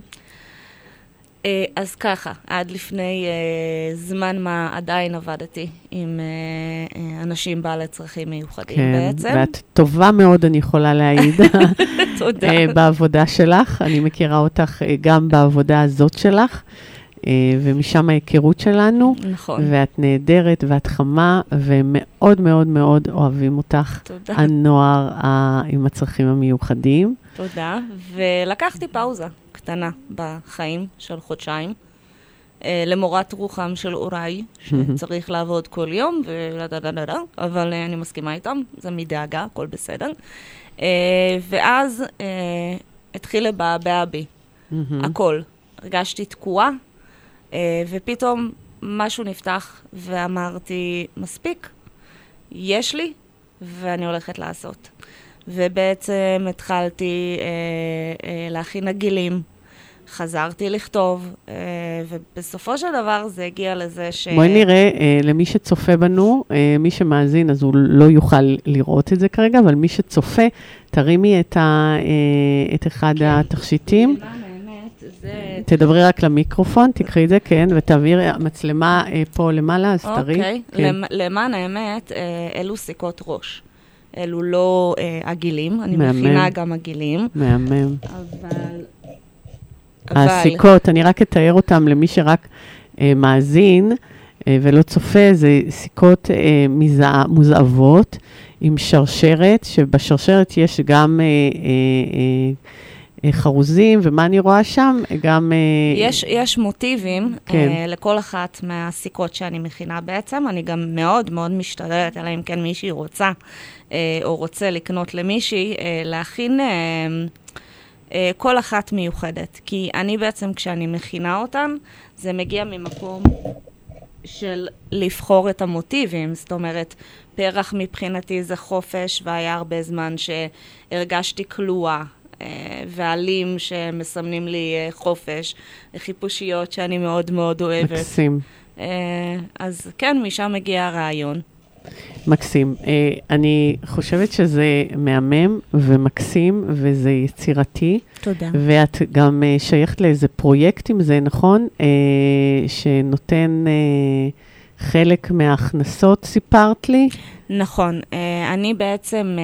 אז ככה, עד לפני uh, זמן מה עדיין עבדתי עם uh, uh, אנשים בעלי צרכים מיוחדים כן, בעצם. כן, ואת טובה מאוד, אני יכולה להעיד. תודה. uh, בעבודה שלך, אני מכירה אותך uh, גם בעבודה הזאת שלך, uh, ומשם ההיכרות שלנו. נכון. ואת נהדרת, ואת חמה, ומאוד מאוד מאוד אוהבים אותך. תודה. הנוער uh, עם הצרכים המיוחדים. תודה, ולקחתי פאוזה קטנה בחיים של חודשיים, אה, למורת רוחם של אוריי, שצריך לעבוד כל יום, ולדדדדה, אבל אה, אני מסכימה איתם, זה מדאגה, הכל בסדר. אה, ואז אה, התחיל לבעבע בי, הכל. הרגשתי תקועה, אה, ופתאום משהו נפתח, ואמרתי, מספיק, יש לי, ואני הולכת לעשות. ובעצם התחלתי אה, אה, להכין עגילים, חזרתי לכתוב, אה, ובסופו של דבר זה הגיע לזה ש... בואי נראה, אה, למי שצופה בנו, אה, מי שמאזין, אז הוא לא יוכל לראות את זה כרגע, אבל מי שצופה, תרימי את, ה, אה, את אחד כן. התכשיטים. זה... תדברי רק למיקרופון, תקחי את זה, כן, ותעבירי המצלמה אה, פה למעלה, אז תראי. אוקיי, כן. למען האמת, אה, אלו סיכות ראש. אלו לא אה, עגילים, אני מהמם. מכינה גם עגילים. מהמם. אבל... הסיכות, אבל... אני רק אתאר אותם למי שרק אה, מאזין, ולא צופה, זה סיכות מוזעבות עם שרשרת, שבשרשרת יש גם חרוזים, ומה אני רואה שם? גם... יש, יש מוטיבים כן. לכל אחת מהסיכות שאני מכינה בעצם. אני גם מאוד מאוד משתדלת, אלא אם כן מישהי רוצה, או רוצה לקנות למישהי, להכין כל אחת מיוחדת. כי אני בעצם, כשאני מכינה אותן, זה מגיע ממקום של לבחור את המוטיבים. זאת אומרת, פרח מבחינתי זה חופש, והיה הרבה זמן שהרגשתי כלואה. ועלים שמסמנים לי חופש, חיפושיות שאני מאוד מאוד אוהבת. מקסים. אז כן, משם מגיע הרעיון. מקסים. אני חושבת שזה מהמם ומקסים, וזה יצירתי. תודה. ואת גם שייכת לאיזה פרויקט עם זה, נכון? שנותן חלק מההכנסות, סיפרת לי? נכון. אני בעצם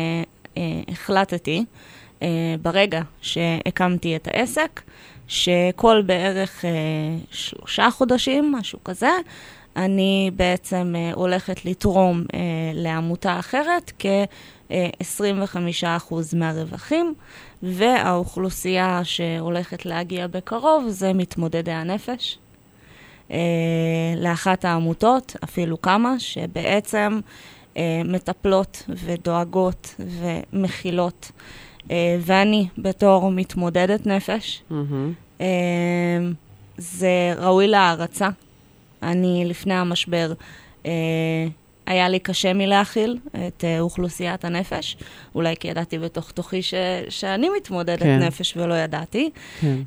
החלטתי, Uh, ברגע שהקמתי את העסק, שכל בערך uh, שלושה חודשים, משהו כזה, אני בעצם uh, הולכת לתרום uh, לעמותה אחרת כ-עשרים וחמישה אחוז מהרווחים, והאוכלוסייה שהולכת להגיע בקרוב זה מתמודדי הנפש. Uh, לאחת העמותות, אפילו כמה, שבעצם uh, מטפלות ודואגות ומכילות Uh, ואני בתור מתמודדת נפש, mm-hmm. uh, זה ראוי להערצה. אני לפני המשבר, uh, היה לי קשה מלהכיל את uh, אוכלוסיית הנפש, אולי כי ידעתי בתוך תוכי ש- שאני מתמודדת כן. נפש ולא ידעתי. כן.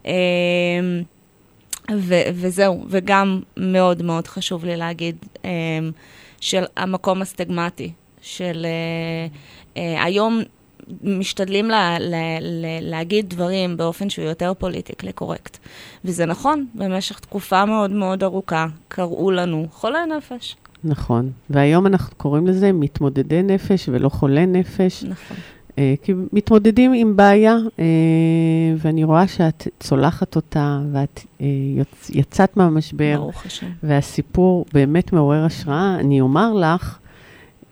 Uh, ו- וזהו, וגם מאוד מאוד חשוב לי להגיד, uh, של המקום הסטגמטי, של uh, uh, היום, משתדלים לה, לה, לה, להגיד דברים באופן שהוא יותר פוליטיקלי קורקט. וזה נכון, במשך תקופה מאוד מאוד ארוכה, קראו לנו חולי נפש. נכון, והיום אנחנו קוראים לזה מתמודדי נפש ולא חולי נפש. נכון. אה, כי מתמודדים עם בעיה, אה, ואני רואה שאת צולחת אותה, ואת אה, יצ, יצאת מהמשבר. ברוך השם. והסיפור באמת מעורר השראה. אני אומר לך, Uh,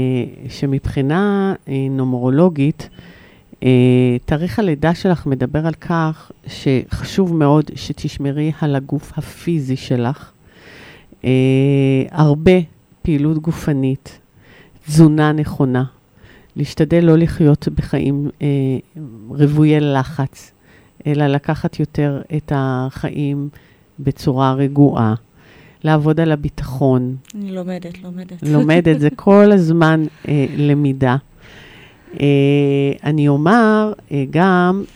שמבחינה uh, נומרולוגית, uh, תאריך הלידה שלך מדבר על כך שחשוב מאוד שתשמרי על הגוף הפיזי שלך, uh, הרבה פעילות גופנית, תזונה נכונה, להשתדל לא לחיות בחיים uh, רבויי לחץ, אלא לקחת יותר את החיים בצורה רגועה. לעבוד על הביטחון. אני לומדת, לומדת. לומדת, זה כל הזמן אה, למידה. אה, אני אומר אה, גם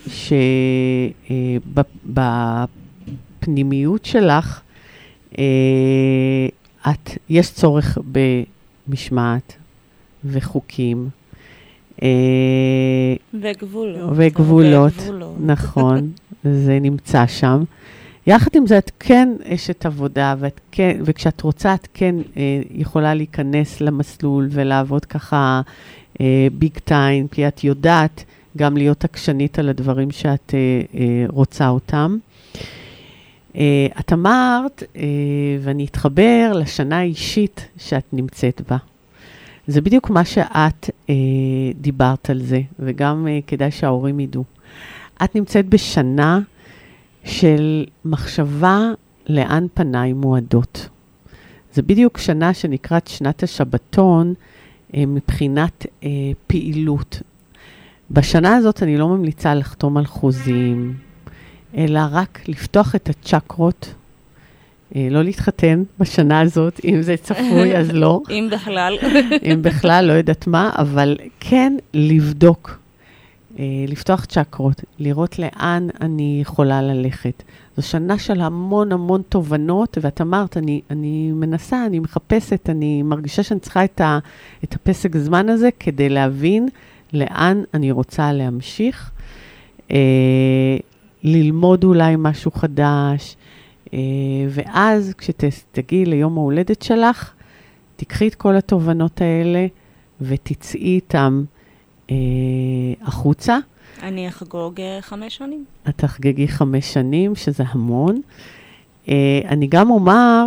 שבפנימיות שלך, אה, את, יש צורך במשמעת וחוקים. אה, וגבולות. וגבולות, וגבולות. נכון, זה נמצא שם. יחד עם זה, את כן אשת עבודה, ואת כן, וכשאת רוצה, את כן אה, יכולה להיכנס למסלול ולעבוד ככה אה, ביג טיים, כי את יודעת גם להיות עקשנית על הדברים שאת אה, אה, רוצה אותם. אה, את אמרת, אה, ואני אתחבר לשנה האישית שאת נמצאת בה. זה בדיוק מה שאת אה, דיברת על זה, וגם אה, כדאי שההורים ידעו. את נמצאת בשנה של מחשבה לאן פניי מועדות. זה בדיוק שנה שנקראת שנת השבתון אה, מבחינת אה, פעילות. בשנה הזאת אני לא ממליצה לחתום על חוזים, אלא רק לפתוח את הצ'קרות, אה, לא להתחתן בשנה הזאת, אם זה צפוי אז לא. אם בכלל. אם בכלל, לא יודעת מה, אבל כן לבדוק. לפתוח צ'קרות, לראות לאן אני יכולה ללכת. זו שנה של המון המון תובנות, ואת אמרת, אני, אני מנסה, אני מחפשת, אני מרגישה שאני צריכה את, ה, את הפסק זמן הזה, כדי להבין לאן אני רוצה להמשיך, אה, ללמוד אולי משהו חדש, אה, ואז כשתגיעי ליום ההולדת שלך, תקחי את כל התובנות האלה, ותצאי איתם, Uh, החוצה. אני אחגוג uh, חמש שנים. את תחגגי חמש שנים, שזה המון. Uh, אני גם אומר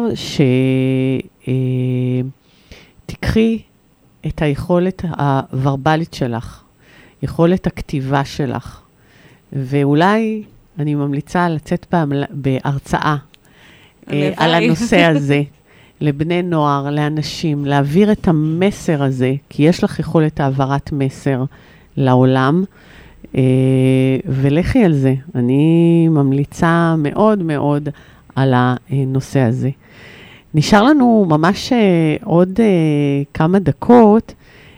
שתקחי את היכולת הוורבלית שלך, יכולת הכתיבה שלך, ואולי אני ממליצה לצאת בהרצאה על הנושא הזה, לבני נוער, לאנשים, להעביר את המסר הזה, כי יש לך יכולת העברת מסר לעולם, ולכי על זה. אני ממליצה מאוד מאוד על הנושא הזה. נשאר לנו ממש עוד כמה דקות,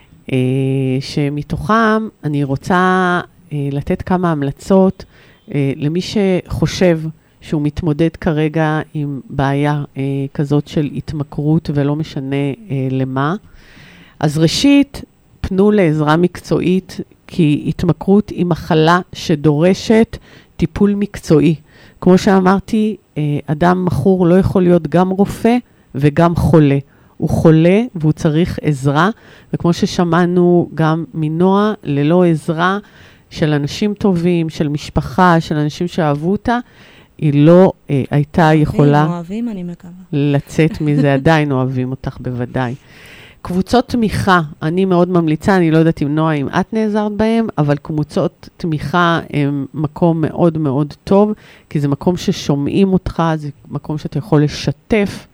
שמתוכם אני רוצה לתת כמה המלצות למי שחושב שהוא מתמודד כרגע עם בעיה כזאת של התמכרות ולא משנה למה. אז ראשית, פנו לעזרה מקצועית, כי התמכרות היא מחלה שדורשת טיפול מקצועי. כמו שאמרתי, אדם מכור לא יכול להיות גם רופא וגם חולה. הוא חולה והוא צריך עזרה, וכמו ששמענו גם מנועה, ללא עזרה של אנשים טובים, של משפחה, של אנשים שאהבו אותה, היא לא אה, הייתה יכולה אוהבים, אני מקווה. לצאת מזה, עדיין אוהבים אותך בוודאי. קבוצות תמיכה, אני מאוד ממליצה, אני לא יודעת אם נועה, אם את נעזרת בהם, אבל קבוצות תמיכה הם מקום מאוד מאוד טוב, כי זה מקום ששומעים אותך, זה מקום שאתה יכול לשתף,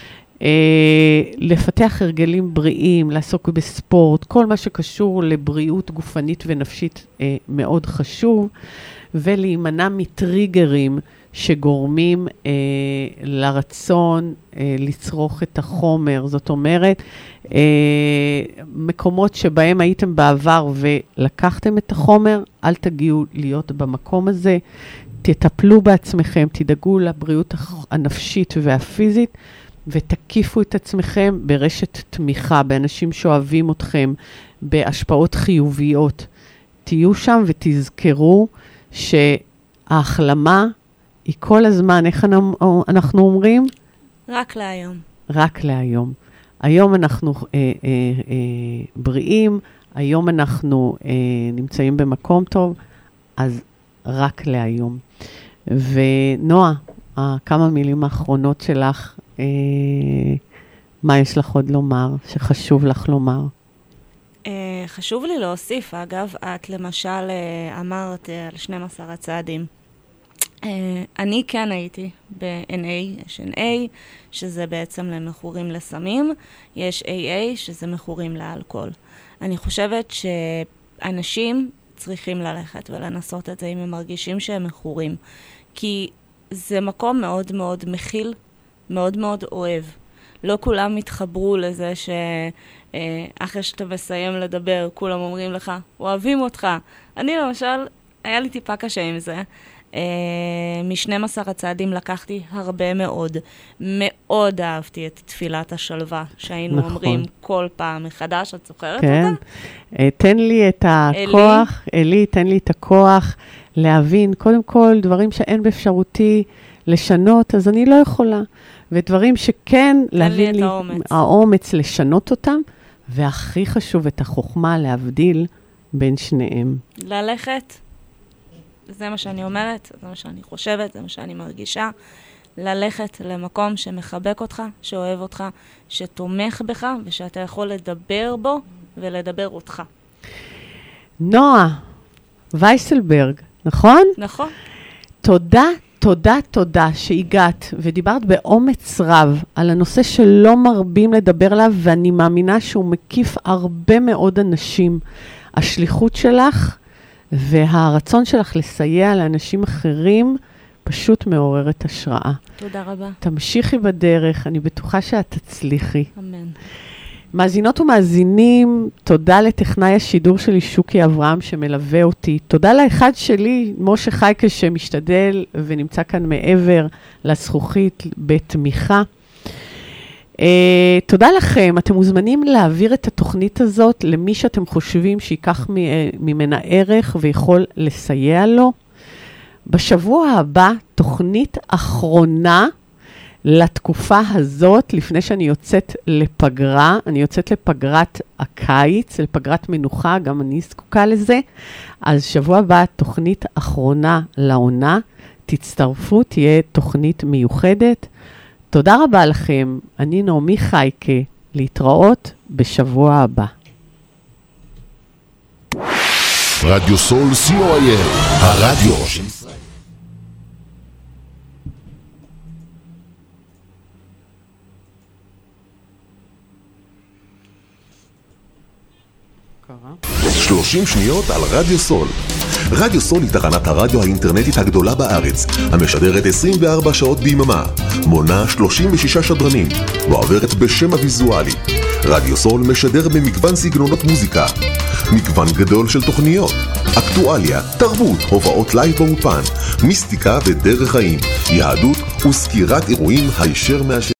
אה, לפתח הרגלים בריאים, לעסוק בספורט, כל מה שקשור לבריאות גופנית ונפשית אה, מאוד חשוב, ולהימנע מטריגרים שגורמים אה, לרצון אה, לצרוך את החומר. זאת אומרת, אה, מקומות שבהם הייתם בעבר ולקחתם את החומר, אל תגיעו להיות במקום הזה, תטפלו בעצמכם, תדאגו לבריאות הנפשית והפיזית, ותקיפו את עצמכם ברשת תמיכה, באנשים שאוהבים אתכם, בהשפעות חיוביות. תהיו שם ותזכרו שההחלמה היא כל הזמן, איך אנחנו אומרים? רק להיום. רק להיום. היום אנחנו אה, אה, אה, בריאים, היום אנחנו אה, נמצאים במקום טוב, אז רק להיום. ונועה, כמה מילים האחרונות שלך, אה, מה יש לך עוד לומר, שחשוב לך לומר? Uh, חשוב לי להוסיף, אגב, את למשל uh, אמרת uh, על שנים עשר הצעדים. Uh, אני כן הייתי ב-אן איי, יש אן איי, שזה בעצם למכורים לסמים, יש איי איי, שזה מכורים לאלכוהול. אני חושבת שאנשים צריכים ללכת ולנסות את זה אם הם מרגישים שהם מכורים, כי זה מקום מאוד מאוד מכיל, מאוד מאוד אוהב. לא כולם התחברו לזה שאחרי שאתה מסיים לדבר, כולם אומרים לך, אוהבים אותך. אני למשל, היה לי טיפה קשה עם זה. מ-שנים עשר הצעדים לקחתי הרבה מאוד. מאוד אהבתי את תפילת השלווה, שהיינו נכון. אומרים כל פעם מחדש. את זוכרת כן. אותה? תן לי את הכוח, אלי. אלי, תן לי את הכוח להבין, קודם כל, דברים שאין באפשרותי לשנות, אז אני לא יכולה. ודברים שכן להבין לי האומץ. האומץ לשנות אותם, והכי חשוב את החוכמה להבדיל בין שניהם. ללכת, זה מה שאני אומרת, זה מה שאני חושבת, זה מה שאני מרגישה, ללכת למקום שמחבק אותך, שאוהב אותך, שתומך בך, ושאתה יכול לדבר בו ולדבר אותך. נועה וייסלברג, נכון? נכון. תודה. תודה, תודה שהגעת ודיברת באומץ רב על הנושא שלא מרבים לדבר עליו, ואני מאמינה שהוא מקיף הרבה מאוד אנשים. השליחות שלך והרצון שלך לסייע לאנשים אחרים פשוט מעוררת השראה. תודה רבה. תמשיכי בדרך, אני בטוחה שאת תצליחי. אמן. מאזינות ומאזינים, תודה לטכנאי השידור שלי שוקי אברהם שמלווה אותי. תודה לאחד שלי, משה חייקה, שמשתדל ונמצא כאן מעבר לזכוכית בתמיכה. Uh, תודה לכם. אתם מוזמנים להעביר את התוכנית הזאת למי שאתם חושבים שיקח ממנה ערך ויכול לסייע לו. בשבוע הבא, תוכנית אחרונה, לתקופה הזאת, לפני שאני יוצאת לפגרה, אני יוצאת לפגרת הקיץ, לפגרת מנוחה, גם אני זקוקה לזה. אז שבוע הבא, תוכנית אחרונה לעונה, תצטרפו, תהיה תוכנית מיוחדת. תודה רבה לכם. אני נעמי חייקה, להתראות בשבוע הבא. רדיו סול סי או איי, הרדיו של ישראל. שלושים שניות על רדיו סול. רדיו סול היא תחנת הרדיו האינטרנטית הגדולה בארץ, המשדרת עשרים וארבע שעות ביממה, מונה שלושים ושישה שדרנים, ועוברת בשם הוויזואלי. רדיו סול משדר במגוון סגנונות מוזיקה, מגוון גדול של תוכניות, אקטואליה, תרבות, הופעות לייב באופן, מיסטיקה ודרך חיים, יהדות וסקירת אירועים הישר מהשני.